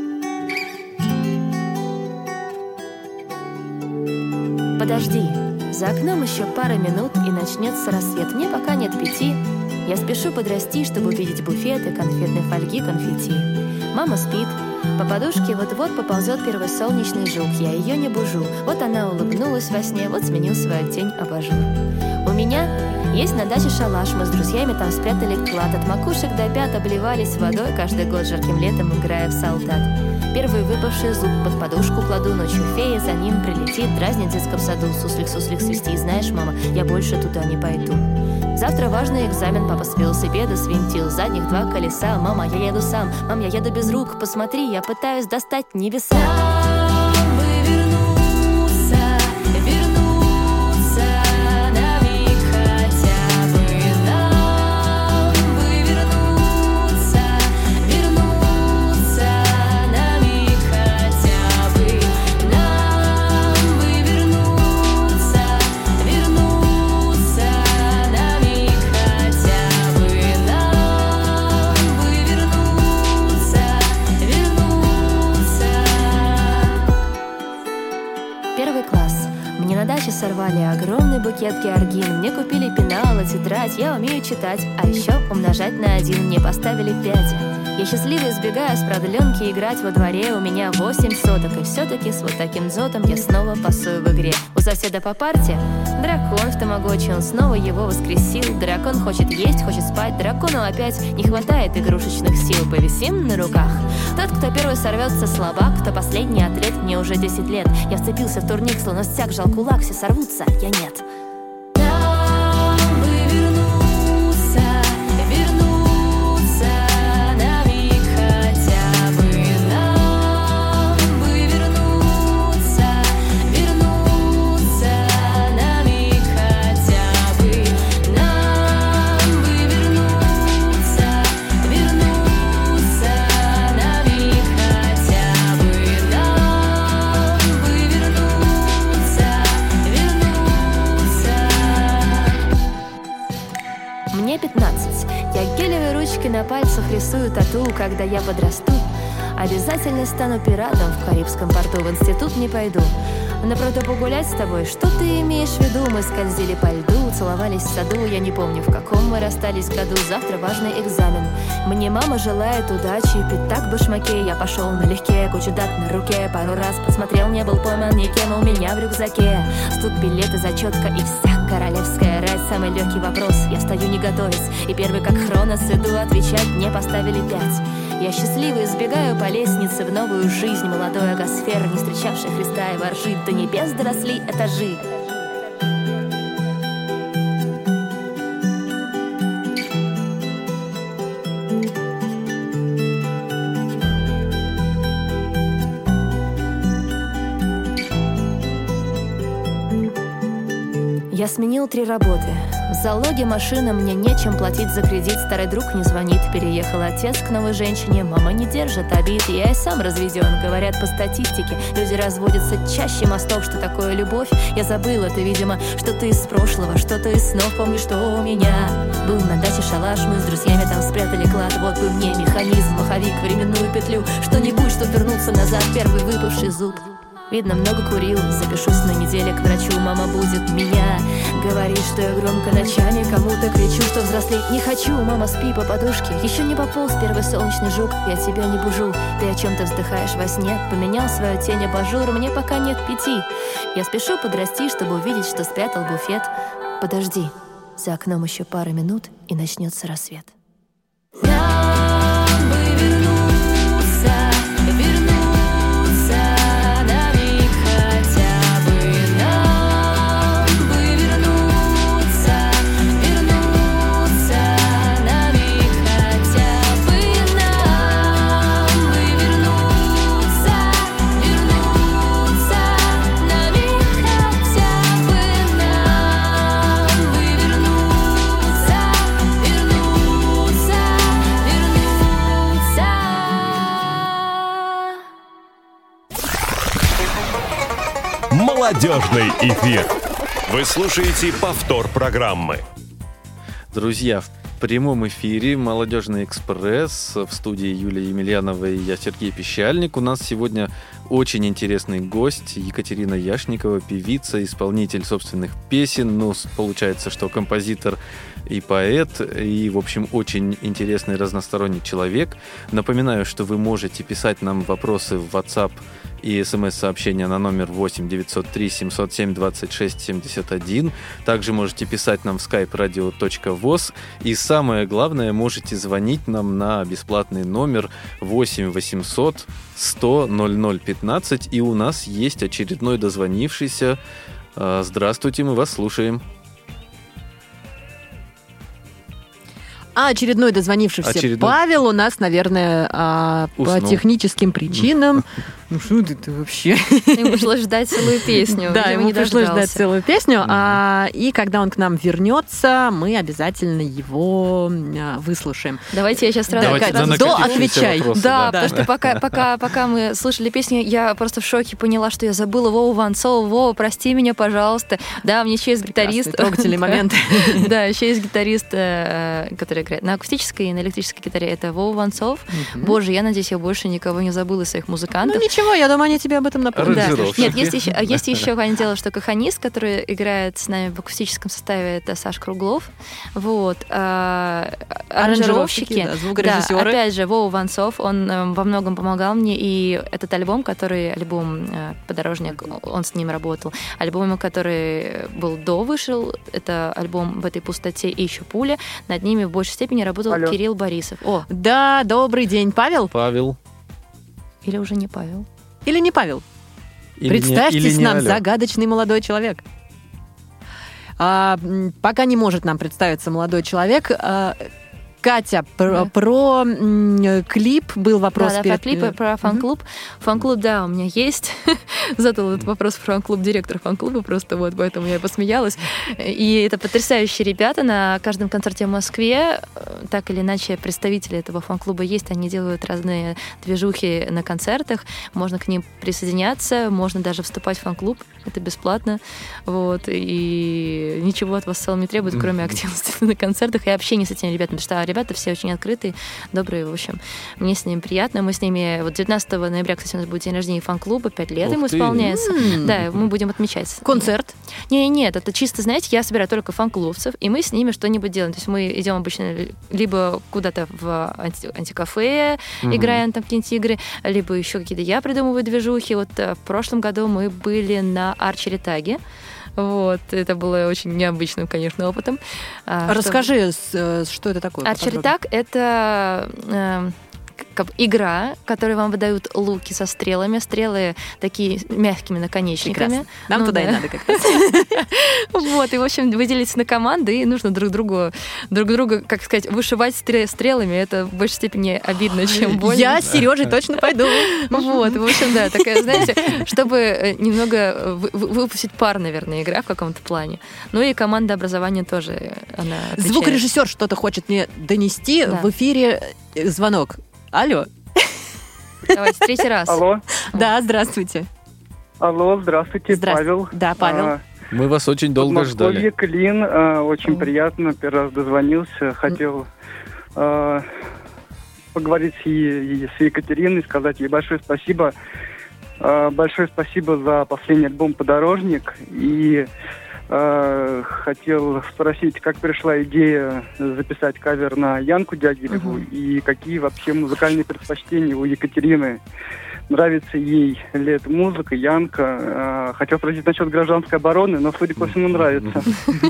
Подожди, За окном еще пара минут, и начнется рассвет. Мне пока нет пяти. Я спешу подрасти, чтобы увидеть буфеты, конфетной фольги, конфетти. Мама спит. По подушке вот-вот поползет первый солнечный жук. Я ее не бужу. Вот она улыбнулась во сне, вот сменил свою тень абажур. У меня есть на даче шалаш. Мы с друзьями там спрятали клад. От макушек до пят обливались водой каждый год жарким летом, играя в солдат. Первый выпавший зуб под подушку кладу. Ночью фея за ним прилетит, дразнит в детском саду. Суслик, суслик, свисти. Знаешь, мама, я больше туда не пойду. Завтра важный экзамен, папа с велосипеда свинтил. Задних два колеса, мама, я еду сам. Мам, я еду без рук, посмотри, я пытаюсь достать небеса. Сорвали огромный букет георгин. Мне купили пенал и тетрадь. Я умею читать, а еще умножать на один. Мне поставили пять. Я счастливо избегаю с продленки играть во дворе. У меня восемь соток. И все-таки с вот таким дзотом я снова пасую в игре. У соседа по парте дракон в тамагочи. Он снова его воскресил. Дракон хочет есть, хочет спать. Дракону опять не хватает игрушечных сил. Повисим на руках. Тот, кто первый сорвется, слабак. Кто последний атлет, мне уже десять лет. Я вцепился в турник, словно стяг, жал кулак. Все сорвутся, я нет. На пальцах рисую тату. Когда я подрасту, обязательно стану пиратом в Карибском порту. В институт не пойду, на пруду погулять с тобой. Что ты имеешь в виду? Мы скользили по льду, целовались в саду. Я не помню, в каком мы расстались году. Завтра важный экзамен. Мне мама желает удачи, пятак в башмаке. Я пошел налегке, кучу дат на руке. Пару раз посмотрел, не был пойман никем. У меня в рюкзаке стук билеты, зачетка и вся королевская рать. Самый легкий вопрос, я встаю не готовясь. И первый как Хронос иду отвечать. Мне поставили пять. Я счастливо избегаю по лестнице в новую жизнь. Молодой агосфер, не встречавший Христа и воржит. До небес доросли этажи. Я сменил три работы. В залоге машина, мне нечем платить за кредит. Старый друг не звонит, переехал отец к новой женщине. Мама не держит обид, я и сам разведен. Говорят по статистике, люди разводятся чаще мостов. Что такое любовь? Я забыла, ты, видимо, что-то из прошлого, что-то из снов. Помню, что у меня был на даче шалаш. Мы с друзьями там спрятали клад. Вот бы мне механизм, маховик, временную петлю. Что-нибудь, чтоб вернуться назад, первый выпавший зуб. Видно, много курил, запишусь на неделе к врачу. Мама будет меня говорит, что я громко ночами кому-то кричу, что взрослеть не хочу. Мама, спи по подушке, еще не пополз первый солнечный жук. Я тебя не бужу, ты о чем-то вздыхаешь во сне. Поменял свою тень абажур, мне пока нет пяти. Я спешу подрасти, чтобы увидеть, что спрятал буфет. Подожди, за окном еще пара минут, и начнется рассвет. Молодежный эфир. Вы слушаете повтор программы. Друзья, в В прямом эфире «Молодежный экспресс» в студии Юлия Емельянова и я, Сергей Пещальник. У нас сегодня очень интересный гость Екатерина Яшникова, певица, исполнитель собственных песен. Ну, получается, что композитор и поэт, и, в общем, очень интересный разносторонний человек. Напоминаю, что вы можете писать нам вопросы в WhatsApp и смс-сообщения на номер восемь девятьсот три семьсот семь двадцать шесть семьдесят один. Также можете писать нам в skype radio точка voz. И самое главное, можете звонить нам на бесплатный номер восемь восемьсот сто ноль ноль пятнадцать. И у нас есть очередной дозвонившийся. Здравствуйте, мы вас слушаем. А очередной дозвонившийся очередной... Павел у нас, наверное, а, по техническим причинам. Ну что ты, ты вообще? Ему пришлось ждать целую песню. Да, ему пришлось ждать целую песню. А, и когда он к нам вернется, мы обязательно его а, выслушаем. Давайте я сейчас сразу... Да, Катя, до отвечай. Вопросы, да, да, потому что пока, пока, пока мы слушали песню, я просто в шоке поняла, что я забыла Вову Вонцова. Вова, прости меня, пожалуйста. Да, мне еще есть гитарист. Трогательный момент. Да, еще есть гитарист, который играет на акустической и на электрической гитаре. Это Вова Вонцов. Боже, я надеюсь, я больше никого не забыла из своих музыкантов. Ничего, я думаю, они тебе об этом напомнят. Да. Нет, есть еще, есть еще, понятное дело, что каханист, который играет с нами в акустическом составе, это Саш Круглов. Вот. А, аранжировщики, да, звукорежиссеры. Да, опять же, Вова Вонцов, он э, во многом помогал мне, и этот альбом, который, альбом э, «Подорожник», он с ним работал. Альбом, который был до вышел, это альбом «В этой пустоте» и еще «Пуля». Над ними в большей степени работал Алло. Кирилл Борисов. О. Да, добрый день, Павел. Павел. Или уже не Павел. Или не Павел. Или Представьтесь не, или не нам, Алло. Загадочный молодой человек. А, пока не может нам представиться молодой человек. А, Катя, про, да. про м, клип был вопрос. Да, да, перед... про клип, про фан-клуб. Mm-hmm. Фан-клуб, да, у меня есть. Задал этот вопрос про фан-клуб директор фан-клуба, просто вот, поэтому я посмеялась. И это потрясающие ребята. На каждом концерте в Москве так или иначе представители этого фан-клуба есть. Они делают разные движухи на концертах. Можно к ним присоединяться, можно даже вступать в фан-клуб. Это бесплатно. Вот. И ничего от вас в целом не требует, кроме активности на концертах и общения с этими ребятами. Потому что ребята все очень открытые, добрые, в общем. Мне с ними приятно. Мы с ними... Вот девятнадцатого ноября, кстати, у нас будет день рождения фан-клуба. Пять лет Ух ему ты. исполняется. Mm. Да, мы будем отмечать. Концерт? Не, нет, это чисто, знаете, я собираю только фан-клубцев, и мы с ними что-нибудь делаем. То есть мы идем обычно либо куда-то в анти- антикафе, mm-hmm. играем там какие-нибудь игры, либо еще какие-то я придумываю движухи. Вот в прошлом году мы были на Арчеритаге. Вот, это было очень необычным, конечно, опытом. Расскажи, что, что это такое? Арчеритаг — это э, как игра, в которой вам выдают луки со стрелами. Стрелы такие мягкими наконечниками. Прекрасно. Нам ну, туда да. и надо как раз. Вот, и, в общем, вы делитесь на команды, и нужно друг другу, друг друга, как сказать, вышивать стрелами. Это в большей степени обидно, чем больно. Я с Сережей точно пойду. Вот, в общем, да, такая, знаете, чтобы немного выпустить пар, наверное, игра в каком-то плане. Ну и команда образования тоже, она отвечает. Звукорежиссер что-то хочет мне донести. Да. В эфире звонок. Алло. Давайте, третий раз. Алло. Да, здравствуйте. Алло, здравствуйте, здравствуйте. Павел. Да, Павел. А, Мы вас очень долго ждали. Клин, а, очень mm. приятно, первый раз дозвонился. Хотел а, поговорить с, е- с Екатериной, сказать ей большое спасибо. А, большое спасибо за последний альбом «Подорожник». И а, хотел спросить, как пришла идея записать кавер на Янку Дягилеву uh-huh. и какие вообще музыкальные предпочтения у Екатерины. Нравится ей ли эта музыка, Янка. А, хотел спросить насчет гражданской обороны, но, судя по всему, нравится.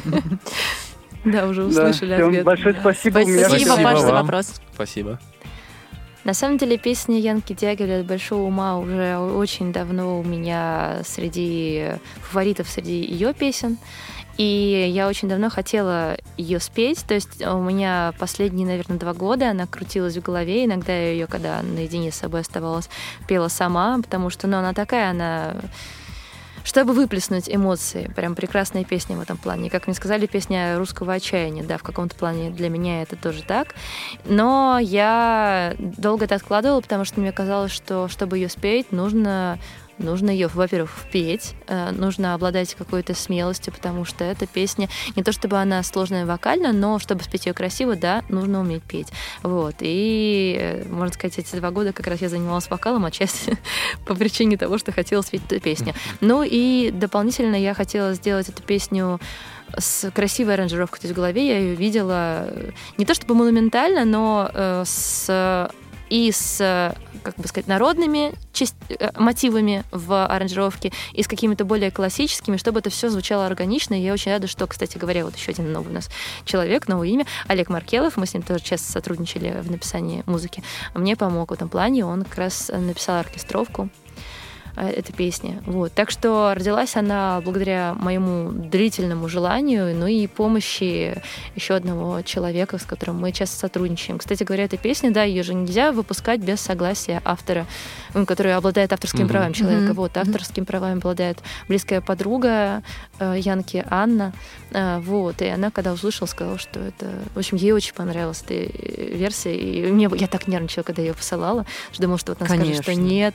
Да, уже услышали ответ. Большое спасибо. Спасибо, Паш, за вопрос. Спасибо. На самом деле песня Янки Дягилевой «Большого ума» уже очень давно у меня среди фаворитов, среди ее песен. И я очень давно хотела ее спеть. То есть у меня последние, наверное, два года она крутилась в голове. Иногда я ее, когда наедине с собой оставалась, пела сама, потому что ну, она такая, она... Чтобы выплеснуть эмоции. Прям прекрасная песня в этом плане. Как мне сказали, песня русского отчаяния. Да, в каком-то плане для меня это тоже так. Но я долго это откладывала, потому что мне казалось, что чтобы ее спеть, нужно нужно ее, во-первых, впеть, нужно обладать какой-то смелостью, потому что эта песня, не то чтобы она сложная вокально, но чтобы спеть ее красиво, да, нужно уметь петь. Вот. И, можно сказать, эти два года как раз я занималась вокалом, отчасти по причине того, что хотела спеть эту песню. Ну и дополнительно я хотела сделать эту песню с красивой аранжировкой. То есть в голове я ее видела не то чтобы монументально, но э, с и с, как бы сказать, народными часть, мотивами в аранжировке, и с какими-то более классическими, чтобы это все звучало органично. И я очень рада, что, кстати говоря, вот еще один новый у нас человек, новое имя, Олег Маркелов, мы с ним тоже часто сотрудничали в написании музыки, мне помог в этом плане, он как раз написал оркестровку этой песни. Вот. Так что родилась она благодаря моему длительному желанию, ну и помощи еще одного человека, с которым мы часто сотрудничаем. Кстати говоря, эта песня, да, ее же нельзя выпускать без согласия автора, который обладает авторскими mm-hmm. правами человека. Mm-hmm. Вот, авторскими правами обладает близкая подруга э, Янки Анна. Э, вот, и она, когда услышала, сказала, что это... В общем, ей очень понравилась эта версия, и мне, я так нервничала, когда ее посылала, что думала, что вот она Конечно. скажет, что нет,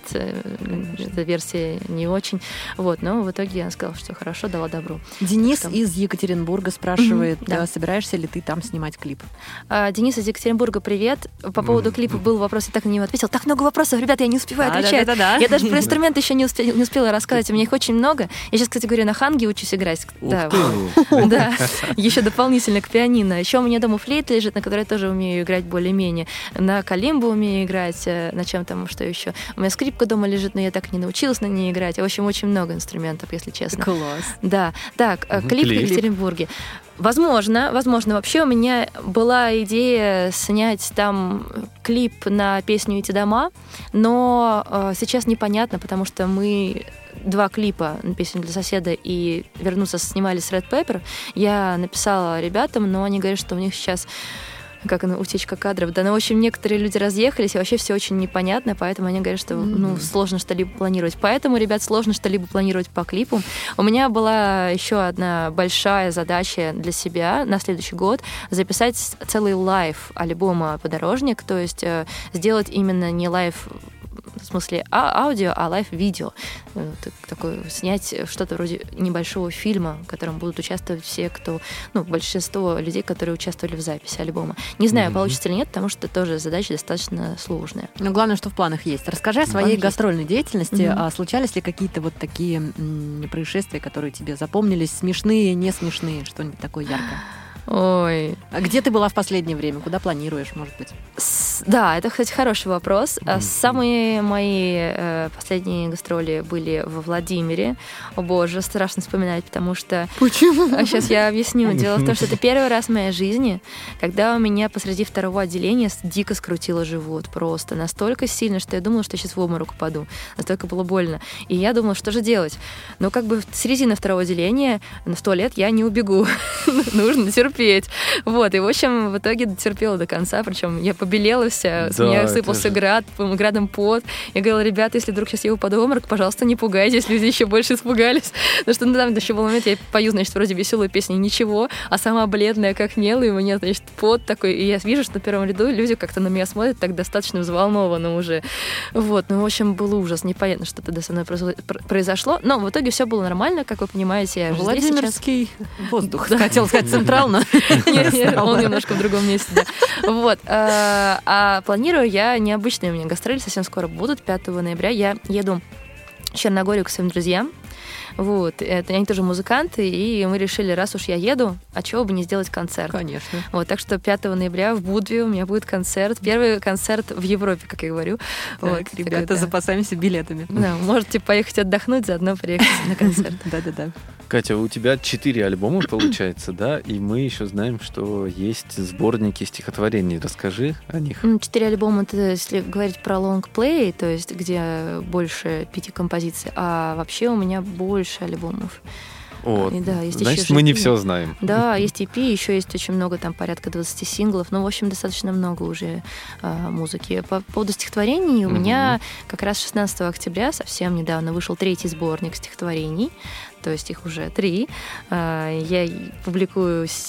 это версия не очень. Вот, но в итоге она сказала, что хорошо, дала добро. Денис Потом... из Екатеринбурга спрашивает, mm-hmm, да. собираешься ли ты там снимать клип? А, Денис из Екатеринбурга, привет. По поводу mm-hmm. клипа был вопрос, я так на него ответила. Так много вопросов, ребята, я не успеваю да, отвечать. Да, да, да, да. Я даже про инструменты еще не, успе... не успела рассказать, у меня их очень много. Я сейчас, кстати говоря, на ханге учусь играть. Да, да. Еще дополнительно к пианино. Еще у меня дома флейта лежит, на которой я тоже умею играть более-менее. На калимбу умею играть, на чем там, что еще. У меня скрипка дома лежит, но я так и не научилась на ней играть. В общем, очень много инструментов, если честно. Класс. Да. Так, угу, клип, клип в Екатеринбурге. Возможно, возможно. Вообще у меня была идея снять там клип на песню «Эти дома», но э, сейчас непонятно, потому что мы два клипа на песню для соседа и «Вернуться» снимали с Red Pepper. Я написала ребятам, но они говорят, что у них сейчас... как она, утечка кадров. Да, ну, в общем, некоторые люди разъехались, и вообще все очень непонятно, поэтому они говорят, что mm-hmm. ну, сложно что-либо планировать. Поэтому, ребят, сложно что-либо планировать по клипу. У меня была еще одна большая задача для себя на следующий год — записать целый лайв альбома «Подорожник», то есть э, сделать именно не лайв в смысле а- аудио, а лайв-видео. Такое, снять что-то вроде небольшого фильма, в котором будут участвовать все, кто... Ну, большинство людей, которые участвовали в записи альбома. Не знаю, mm-hmm. получится или нет, потому что тоже задача достаточно сложная. Но главное, что в планах есть. Расскажи о своей гастрольной деятельности. Mm-hmm. А случались ли какие-то вот такие м- происшествия, которые тебе запомнились? Смешные, не смешные? Что-нибудь такое яркое? Ой. А где ты была в последнее время? Куда планируешь, может быть? С, да, это, кстати, хороший вопрос. Mm-hmm. Самые мои э, последние гастроли были во Владимире. О боже, страшно вспоминать, потому что... Почему? А сейчас я объясню. Дело в том, что это первый раз в моей жизни, когда у меня посреди второго отделения дико скрутило живот. Просто настолько сильно, что я думала, что я сейчас в обморок упаду. Настолько было больно. И я думала, что же делать? Ну, как бы в середине второго отделения в туалет я не убегу. Нужно терпеть. Петь. Вот, и, в общем, в итоге дотерпела до конца, причем я побелела вся, да, с меня сыпался же... град, градом пот. Я говорила, ребята, если вдруг сейчас я упаду в обморок, пожалуйста, не пугайтесь, люди еще больше испугались. Потому что ну, там еще был момент, я пою, значит, вроде веселую песню, ничего, а сама бледная, как мел, и у меня, значит, пот такой, и я вижу, что на первом ряду люди как-то на меня смотрят так достаточно взволнованно уже. Вот, ну, в общем, был ужас, непонятно, что тогда со мной произошло, но в итоге все было нормально, как вы понимаете, я же здесь сейчас. Владимирский воздух, хотела сказать центрально. Нет, нет, он немножко в другом месте, да. Вот. А, а планирую я необычные у меня гастроли, совсем скоро будут, пятого ноября. Я еду в Черногорию к своим друзьям. Вот. Это, они тоже музыканты, и мы решили, раз уж я еду, а чего бы не сделать концерт. Конечно. Вот, так что пятого ноября в Будве у меня будет концерт. Первый концерт в Европе, как я говорю. Так, вот, ребята, такой, да. запасаемся билетами. Да, можете поехать отдохнуть, заодно приехать на концерт. Да-да-да. Катя, у тебя четыре альбома, получается, да? И мы еще знаем, что есть сборники стихотворений. Расскажи о них. Четыре альбома, это если говорить про лонгплей, то есть где больше пяти композиций, а вообще у меня больше альбомов. О, и, да, есть значит, еще мы не все знаем. Да, есть и пи, еще есть очень много, там порядка двадцати синглов. Ну, в общем, достаточно много уже э, музыки. По поводу стихотворений, у mm-hmm. меня как раз шестнадцатого октября, совсем недавно, вышел третий сборник стихотворений. то есть их уже три. Я публикуюсь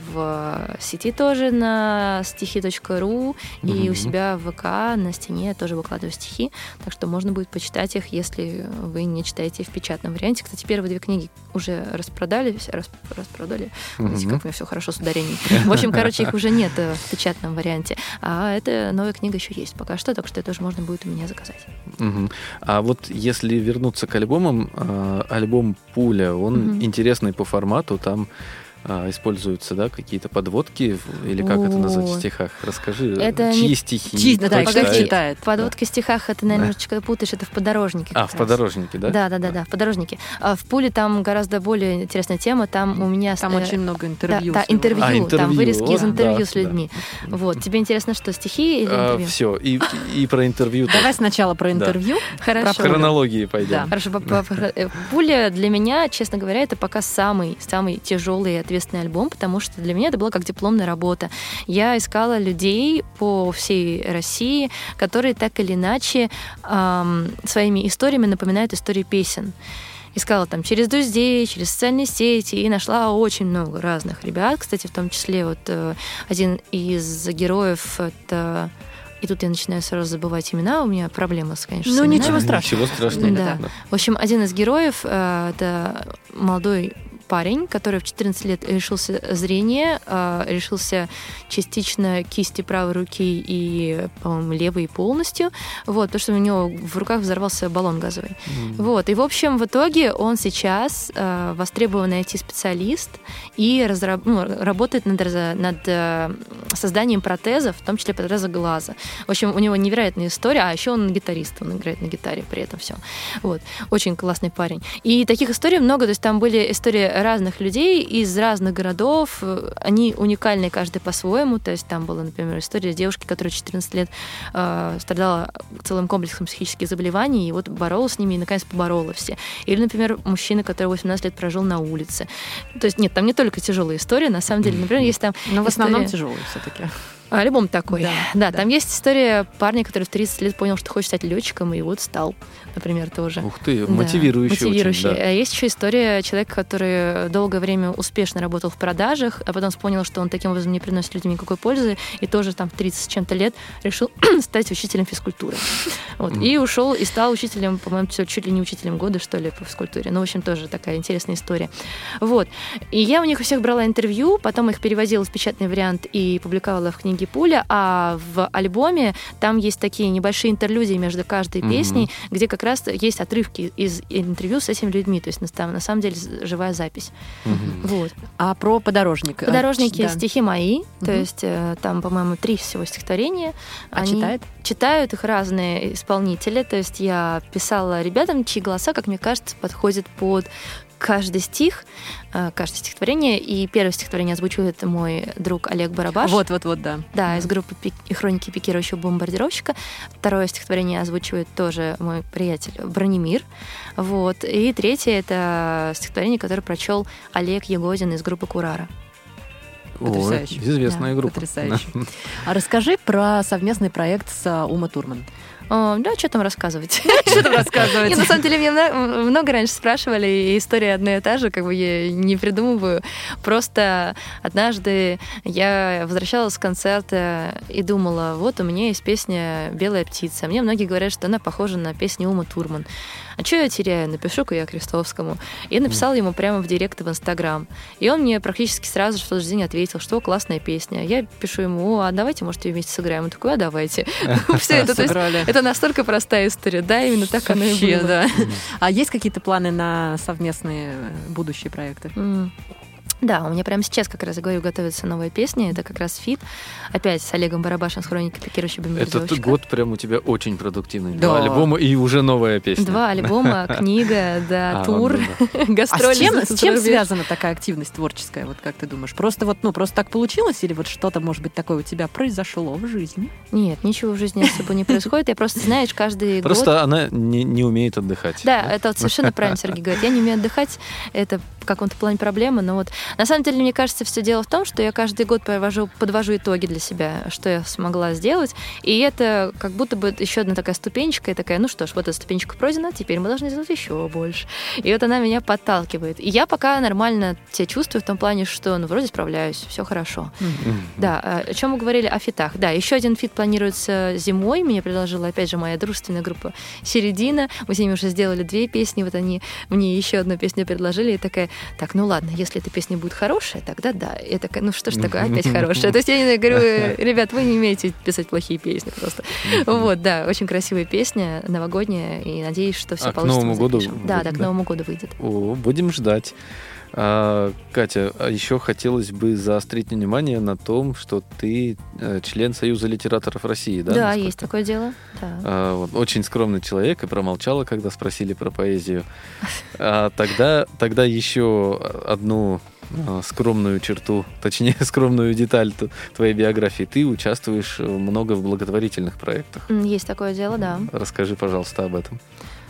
в сети тоже на стихи точка ру mm-hmm. и у себя в ВК на стене тоже выкладываю стихи, так что можно будет почитать их, если вы не читаете в печатном варианте. Кстати, первые две книги уже распродались, расп, распродали. Видите, mm-hmm. как у меня все хорошо с ударением. В общем, короче, их уже нет в печатном варианте. А эта новая книга еще есть пока что, так что это тоже можно будет у меня заказать. Mm-hmm. А вот если вернуться к альбомам, альбом «Пуля», он mm-hmm. интересный по формату, там а, используются, да, какие-то подводки, или как О. это назвать в стихах? Расскажи, это чьи не... стихи? Чьи, да, кто читает? читает? Подводки да. в стихах, это, наверное, немножечко путаешь, это в «Подорожнике». А, в «Подорожнике», да? Да, да, да, да, в «Подорожнике». А в «Пуле» там гораздо более интересная тема, там у меня... Там э... очень много интервью. Да, да интервью, а, интервью, там вырезки вот, из интервью да, с людьми. Да. Вот, тебе интересно, что, стихи или интервью? А, все, и, и про интервью. Давай сначала про интервью. Хорошо. В хронологии пойдем. Хорошо, «Пуля» для меня, честно говоря, это пока самый, самый тяжелый и ответственный альбом, потому что для меня это было как дипломная работа. Я искала людей по всей России, которые так или иначе эм, своими историями напоминают истории песен. Искала там через друзей, через социальные сети и нашла очень много разных ребят. Кстати, в том числе вот э, один из героев — это... И тут я начинаю сразу забывать имена, у меня проблема, конечно, ну, с именами. ничего страшного. Ничего страшного. Да. Да. В общем, один из героев э, — это молодой парень, который в четырнадцать лет лишился зрения, решился частично кисти правой руки и, по-моему, левой полностью, вот, потому что у него в руках взорвался баллон газовый. Mm-hmm. Вот, и, в общем, в итоге он сейчас э, востребованный ай ти-специалист и разраб- ну, работает над, над э, созданием протезов, в том числе протеза глаза. В общем, у него невероятная история, а еще он гитарист, он играет на гитаре при этом все. Вот, очень классный парень. И таких историй много, то есть там были истории разных людей из разных городов, они уникальны каждый по-своему, то есть там была, например, история девушки, которая четырнадцать лет э, страдала целым комплексом психических заболеваний, и вот боролась с ними, и наконец поборола все. Или, например, мужчина, который восемнадцать лет прожил на улице. То есть нет, там не только тяжелые истории, на самом деле, например, есть там... Но в основном история... тяжелые все-таки. Альбом такой. Да, да, да, там есть история парня, который в тридцать лет понял, что хочет стать летчиком, и вот стал, например, тоже. Ух ты, да, мотивирующий. мотивирующий. Очень, да. А есть еще история человека, который долгое время успешно работал в продажах, а потом понял, что он таким образом не приносит людям никакой пользы, и тоже там в тридцать с чем-то лет решил стать учителем физкультуры. Вот. И ушел и стал учителем, по-моему, чуть ли не учителем года, что ли, по физкультуре. Ну, в общем, тоже такая интересная история. Вот. И я у них у всех брала интервью, потом их переводила в печатный вариант и публиковала в книге «Пуля», а в альбоме там есть такие небольшие интерлюдии между каждой mm-hmm. песней, где как раз есть отрывки из интервью с этими людьми, то есть там на самом деле живая запись. Mm-hmm. Вот. А про «Подорожник»? «Подорожники» да. стихи мои, mm-hmm. то есть там, по-моему, три всего стихотворения. А Они читает? Читают их разные исполнители, то есть я писала ребятам, чьи голоса, как мне кажется, подходят под каждый стих, каждое стихотворение. И первое стихотворение озвучивает мой друг Олег Барабаш. Вот-вот-вот, да. Да, из группы пик... «Хроники пикирующего бомбардировщика». Второе стихотворение озвучивает тоже мой приятель Бранимир. Вот. И третье — это стихотворение, которое прочел Олег Ягодин из группы «Курара». Потрясающе. О, известная да, группа. Потрясающе. А расскажи про совместный проект с Умой Турман. О, да, что там рассказывать? Что там рассказывать? Нет, на самом деле, меня много раньше спрашивали, и история одна и та же, как бы я не придумываю. Просто однажды я возвращалась с концерта и думала, вот у меня есть песня «Белая птица». Мне многие говорят, что она похожа на песню Умы Турман. А что я теряю? Напишу-ка я Крестовскому. И написала ему прямо в директ в Инстаграм. И он мне практически сразу же в тот же день ответил, что классная песня. Я пишу ему, а давайте, может, ее вместе сыграем. Он такой, а давайте. Все это, то есть, это настолько простая история. Да, именно так оно и было. Да. А есть какие-то планы на совместные будущие проекты? Да, у меня прямо сейчас, как раз я говорю, готовится новая песня. Это как раз фит. Опять с Олегом Барабашем с «Хроники пикирующего бомбардировщика». Этот год прям у тебя очень продуктивный. Да. Два альбома и уже новая песня. Два альбома, книга, да, а, тур, гастроли. А с чем, с чем связана такая активность творческая, вот как ты думаешь? Просто вот, ну, просто так получилось, или вот что-то, может быть, такое у тебя произошло в жизни? Нет, ничего в жизни особо не происходит. Я просто, знаешь, каждый год... Просто год... она не, не умеет отдыхать. Да, да, это вот совершенно правильно Сергей говорит. Я не умею отдыхать. Это в каком-то плане проблема, но вот на самом деле, мне кажется, все дело в том, что я каждый год провожу, подвожу итоги для себя, что я смогла сделать, и это как будто бы еще одна такая ступенечка, и такая, ну что ж, вот эта ступенечка пройдена, теперь мы должны сделать еще больше. И вот она меня подталкивает. И я пока нормально себя чувствую в том плане, что, ну, вроде справляюсь, все хорошо. Mm-hmm. Да, о чем мы говорили? О фитах. Да, еще один фит планируется зимой, мне предложила, опять же, моя дружественная группа «Середина», мы с ними уже сделали две песни, вот они мне еще одну песню предложили, и такая, так, ну ладно, если эта песня будет хорошая, тогда да. Я такая, ну что ж такое, опять хорошая. То есть я не говорю, ребят, вы не умеете писать плохие песни просто. Вот, да, очень красивая песня, новогодняя, и надеюсь, что все а получится. К Новому году да, да, к Новому году выйдет. О, будем ждать. А, Катя, а еще хотелось бы заострить внимание на том, что ты э, член Союза литераторов России, да? Да, насколько? есть такое дело. Да. А, вот, очень скромный человек и промолчала, когда спросили про поэзию. А, тогда, тогда еще одну а, скромную черту, точнее скромную деталь твоей биографии. Ты участвуешь много в благотворительных проектах. Есть такое дело, да. Расскажи, пожалуйста, об этом.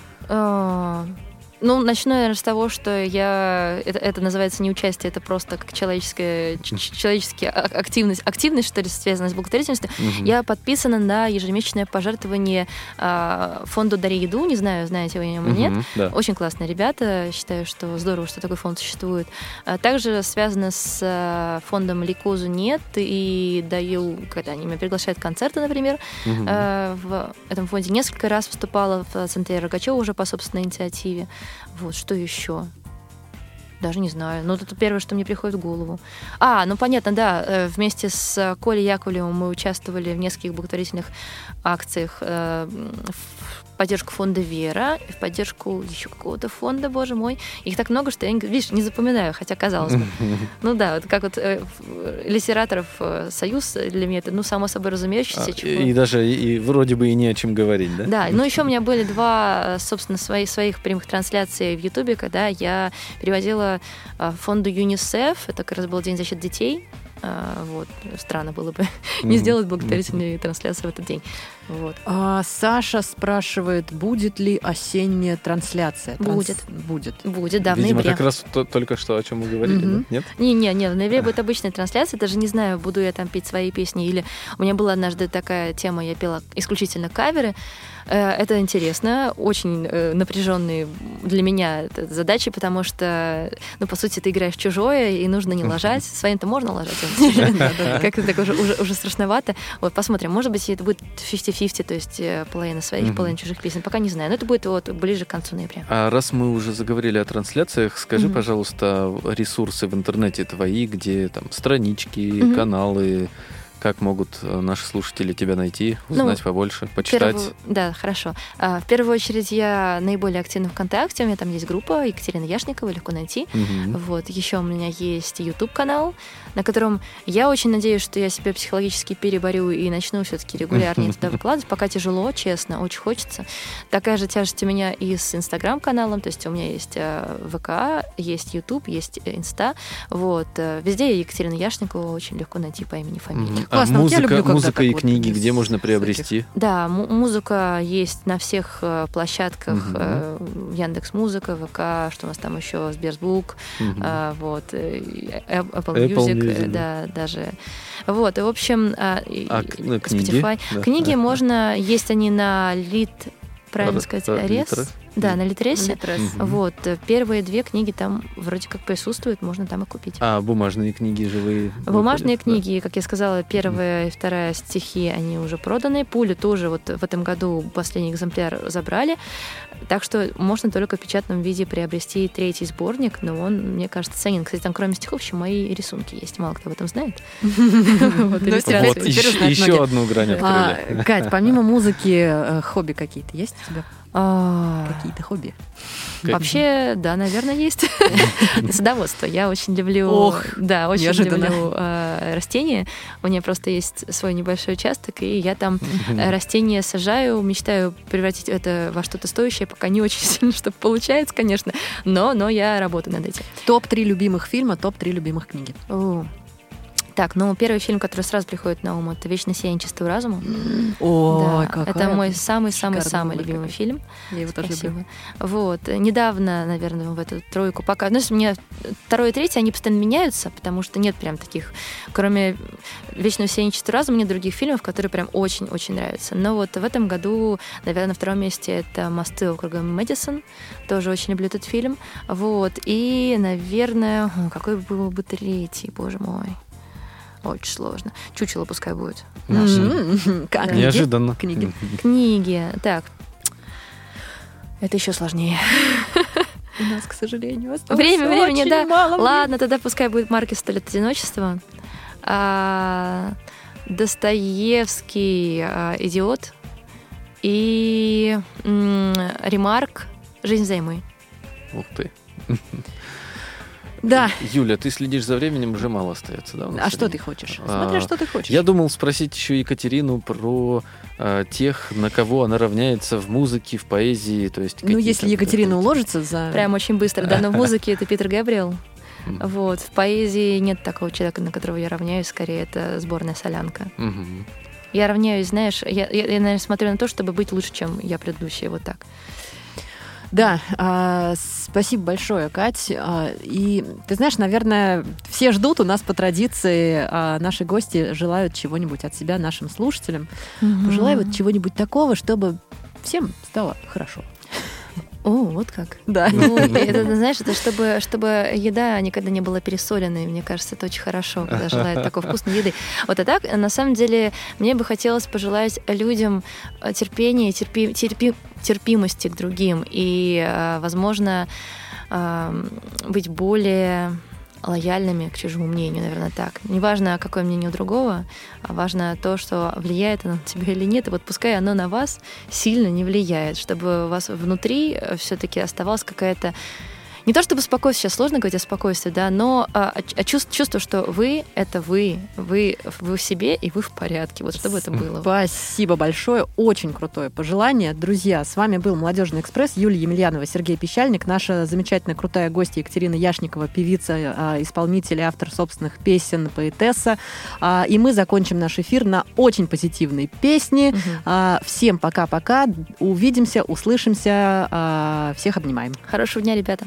Ну, начну, наверное, с того, что я... Это, это называется не участие, это просто как человеческая, человеческая активность, активность, что ли, связанная с благотворительностью. Mm-hmm. Я подписана на ежемесячное пожертвование э, фонду «Дари еду». Не знаю, знаете вы о нем или нет. Mm-hmm, да. Очень классные ребята. Считаю, что здорово, что такой фонд существует. А также связано с э, фондом «Ликозу нет». И даю, когда они меня приглашают концерты, например, mm-hmm. э, в этом фонде. Несколько раз выступала в центре Рогачева уже по собственной инициативе. Вот, что еще? Даже не знаю. Ну, это первое, что мне приходит в голову. А, ну, понятно, да. Вместе с Колей Яковлевым мы участвовали в нескольких благотворительных акциях в поддержку фонда «Вера», в поддержку еще какого-то фонда, боже мой. Их так много, что я, видишь, не запоминаю, хотя казалось бы. Ну да, вот как вот литераторов союз для меня это, ну, само собой разумеющееся. А, и даже и вроде бы и не о чем говорить, да? Да, ну еще у меня были два, собственно, свои, своих прямых трансляций в Ютубе, когда я переводила фонду ЮНИСЕФ, это как раз был День защиты детей. Вот. Странно было бы mm-hmm. не сделать благотворительные mm-hmm. трансляции в этот день. Вот. А, Саша спрашивает, будет ли осенняя трансляция? Транс... Будет. Будет. Будет, да, в Видимо, ноябре. как раз то, только что о чем мы говорили, mm-hmm. да? Нет? Не-не, не, в ноябре будет обычная трансляция. Даже не знаю, буду я там петь свои песни или... У меня была однажды такая тема, я пела исключительно каверы. Это интересно, очень напряженные для меня задачи, потому что, ну, по сути, ты играешь чужое, и нужно не лажать. Своим-то можно лажать, как-то так уже страшновато. Вот, посмотрим. Может быть, это будет пятьдесят на пятьдесят, то есть половина своих, половина чужих песен. Пока не знаю, но это будет вот ближе к концу ноября. А раз мы уже заговорили о трансляциях, скажи, пожалуйста, ресурсы в интернете твои, где там странички, каналы... Как могут наши слушатели тебя найти, узнать ну, побольше, почитать? Первую, да, хорошо. В первую очередь я наиболее активна ВКонтакте. У меня там есть группа Екатерина Яшникова, легко найти. Угу. Вот. Еще у меня есть YouTube-канал, на котором я очень надеюсь, что я себя психологически переборю и начну все-таки регулярнее туда выкладывать. Пока тяжело, честно, очень хочется. Такая же тяжесть у меня и с Инстаграм-каналом. То есть у меня есть ВК, есть YouTube, есть Инста. Вот. Везде Екатерина Яшникова очень легко найти по имени, фамилии. А Классно, музыка, люблю, музыка и книги, вот где можно приобрести? Всяких. Да, м- музыка есть на всех э, площадках. Угу. Э, Яндекс.Музыка, ВК, что у нас там еще, Сберзвук, угу. э, вот, э, Apple, Apple Music, Music, да, даже. Вот, и, в общем, э, а, ну, книги? Spotify. Да. Книги да. можно, есть они на Лит, правильно Р- сказать, Арес. Да, на Литресе. Литрес. Угу. Вот. Первые две книги там вроде как присутствуют, можно там и купить. А бумажные книги живые? Бумажные выходят, книги, да? Как я сказала, первая и вторая стихи, они уже проданы. Пули тоже вот в этом году последний экземпляр забрали. Так что можно только в печатном виде приобрести третий сборник, но он, мне кажется, ценен. Кстати, там кроме стихов еще мои рисунки есть. Мало кто об этом знает. Еще одну грань открыли. Кать, помимо музыки, хобби какие-то есть у тебя? Какие-то хобби? Вообще, да, наверное, есть. Садоводство. Я очень люблю, Ох, да, очень неожиданно. люблю э, растения. У меня просто есть свой небольшой участок, и я там растения сажаю, мечтаю превратить это во что-то стоящее, пока не очень сильно, что получается, конечно, но, но я работаю над этим. топ три любимых фильма, топ три любимых книги. О. Так, ну, первый фильм, который сразу приходит на ум, это «Вечное сияние чистого разума». Ой, да, какая это мой самый-самый-самый шикарная любимый фильм. Я его тоже Спасибо. люблю. Вот. Недавно, наверное, в эту тройку пока... Ну, у меня второй и третий, они постоянно меняются, потому что нет прям таких... Кроме «Вечного сияния чистого разума» нет других фильмов, которые прям очень-очень нравятся. Но вот в этом году, наверное, на втором месте это «Мосты округа Мэдисон». Тоже очень люблю этот фильм. Вот. И, наверное... Какой был бы третий, боже мой. Очень сложно. «Чучело» пускай будет. Наше. М-м-м. Как? Да. Неожиданно. Книги. Книги. Так. Это еще сложнее. У нас, к сожалению, осталось Время, времени, очень да. мало. Ладно, тогда пускай будет «Маркес. Сто лет одиночества». А, Достоевский а, «Идиот». И м, Ремарк «Жизнь взаймы». Ух ты. Да. Юля, ты следишь за временем, уже мало остается, да? у нас А что времени? ты хочешь? А, Смотря что ты хочешь. Я думал спросить еще Екатерину про а, тех, на кого она равняется в музыке, в поэзии, то есть. Ну, если какие-то Екатерина вот эти- уложится за... Прям очень быстро, да, но в музыке это Питер Габриэл. Мгм. Вот. В поэзии нет такого человека, на которого я равняюсь, скорее это сборная «Солянка». Мгм. Я равняюсь, знаешь, я, я, я, наверное, смотрю на то, чтобы быть лучше, чем я предыдущая, вот так. Да, а, спасибо большое, Кать. А, и ты знаешь, наверное, все ждут, у нас по традиции а, наши гости желают чего-нибудь от себя нашим слушателям. Пожелай вот чего-нибудь такого, чтобы всем стало хорошо. О, вот как. Да. Ну, это, знаешь, это чтобы, чтобы еда никогда не была пересоленной. Мне кажется, это очень хорошо, когда желают такой вкусной еды. Вот а так, на самом деле, мне бы хотелось пожелать людям терпения, терпи, терпи, терпимости к другим и, возможно, быть более лояльными к чужому мнению, наверное, так. Неважно, какое мнение у другого, а важно то, что влияет оно на тебя или нет, и вот пускай оно на вас сильно не влияет, чтобы у вас внутри все-таки оставалась какая-то... Не то чтобы спокойствие, сейчас сложно говорить о спокойствии, да, но а, а чувство, чувство, что вы — это вы, вы, вы в себе, и вы в порядке. Вот чтобы это было. Спасибо большое. Очень крутое пожелание. Друзья, с вами был «Молодежный экспресс». Юлия Емельянова, Сергей Пещальник, наша замечательная крутая гостья Екатерина Яшникова, певица, исполнитель, автор собственных песен, поэтесса. И мы закончим наш эфир на очень позитивной песне. Угу. Всем пока-пока. Увидимся, услышимся. Всех обнимаем. Хорошего дня, ребята.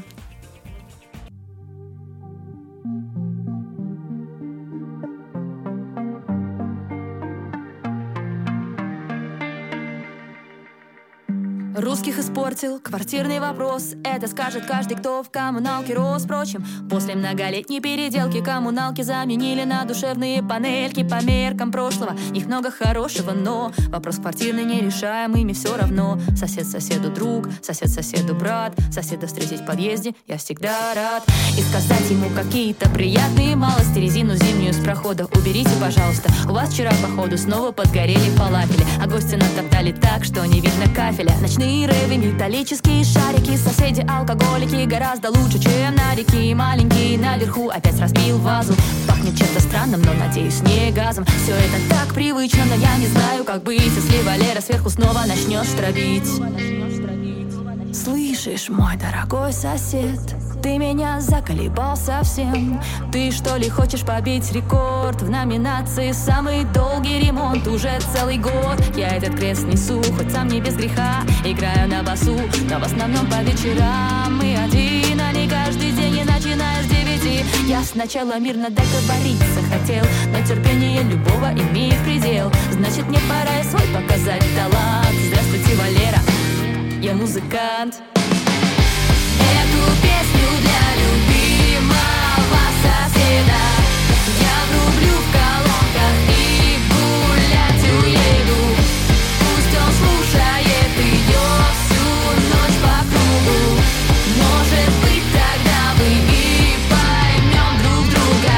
Русских испортил квартирный вопрос. Это скажет каждый, кто в коммуналке рос. Впрочем, после многолетней переделки коммуналки заменили на душевные панельки. По меркам прошлого их много хорошего, но вопрос квартирный нерешаемый, ими все равно. Сосед соседу друг, сосед соседу брат. Соседа встретить в подъезде я всегда рад. И сказать ему какие-то приятные малости. Резину зимнюю с прохода уберите, пожалуйста. У вас вчера, походу, снова подгорели фалафели, а гости натоптали так, что не видно кафеля. Ночные рейвы, металлические шарики. Соседи алкоголики гораздо лучше, чем на реке. Маленький наверху опять разбил вазу. Пахнет чем-то странным, но, надеюсь, не газом. Все это так привычно, но я не знаю, как быть, если Валера сверху снова начнет штробить. Слышишь, мой дорогой сосед, ты меня заколебал совсем. Ты что ли хочешь побить рекорд в номинации «Самый долгий ремонт» уже целый год? Я этот крест несу, хоть сам не без греха. Играю на басу, но в основном по вечерам. Мы один, а не каждый день, и начиная с девяти. Я сначала мирно договориться хотел, но терпение любого имеет предел. Значит, мне пора и свой показать талант. Здравствуйте, Валера, я музыкант. Эту песню для любимого соседа я врублю в колонках и гулять уеду. Пусть он слушает ее всю ночь по кругу. Может быть, тогда мы и поймем друг друга.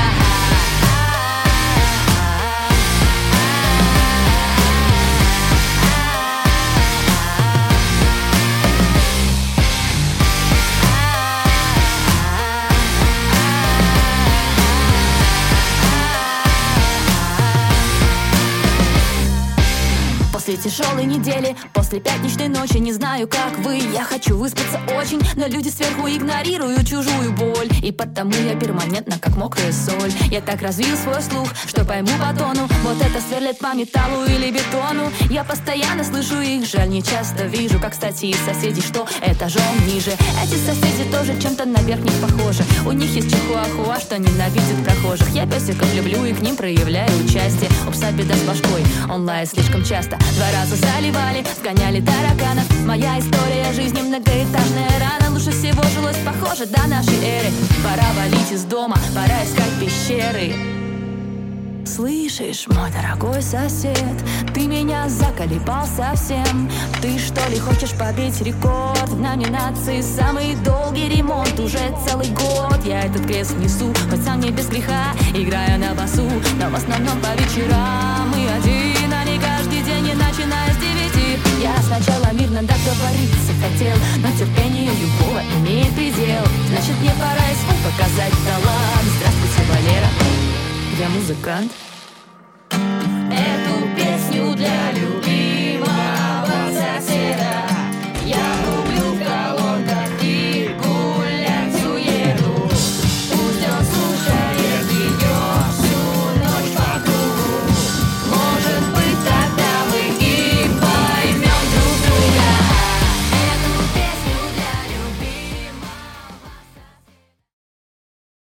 После тяжелой недели, после пятничной ночи, не знаю, как вы, я хочу выспаться очень, но люди сверху игнорируют чужую боль, и потому я перманентно как мокрая соль. Я так развил свой слух, что пойму по тону, вот это сверлит по металлу или бетону. Я постоянно слышу их, жаль, не часто вижу, как статьи соседей, что этажом ниже. Эти соседи тоже чем-то на верхних похожи, у них есть чихуахуа, что ненавидит прохожих. Я песиков люблю и к ним проявляю участие. У пса беда с башкой, он лает слишком часто. Два раза заливали, сгоняли тараканов. Моя история жизни многоэтажная рана. Лучше всего жилось похоже до нашей эры. Пора валить из дома, пора искать пещеры. Слышишь, мой дорогой сосед, ты меня заколебал совсем. Ты что ли хочешь побить рекорд в номинации «Самый долгий ремонт» уже целый год? Я этот крест несу, хоть сам не без греха, играя на басу, но в основном по вечерам. И один, а не каждый день, и начиная с девяти. Я сначала мирно договориться хотел, но терпение любого имеет предел. Значит, мне пора и свой показать талант. Здравствуйте, Валера, я музыкант.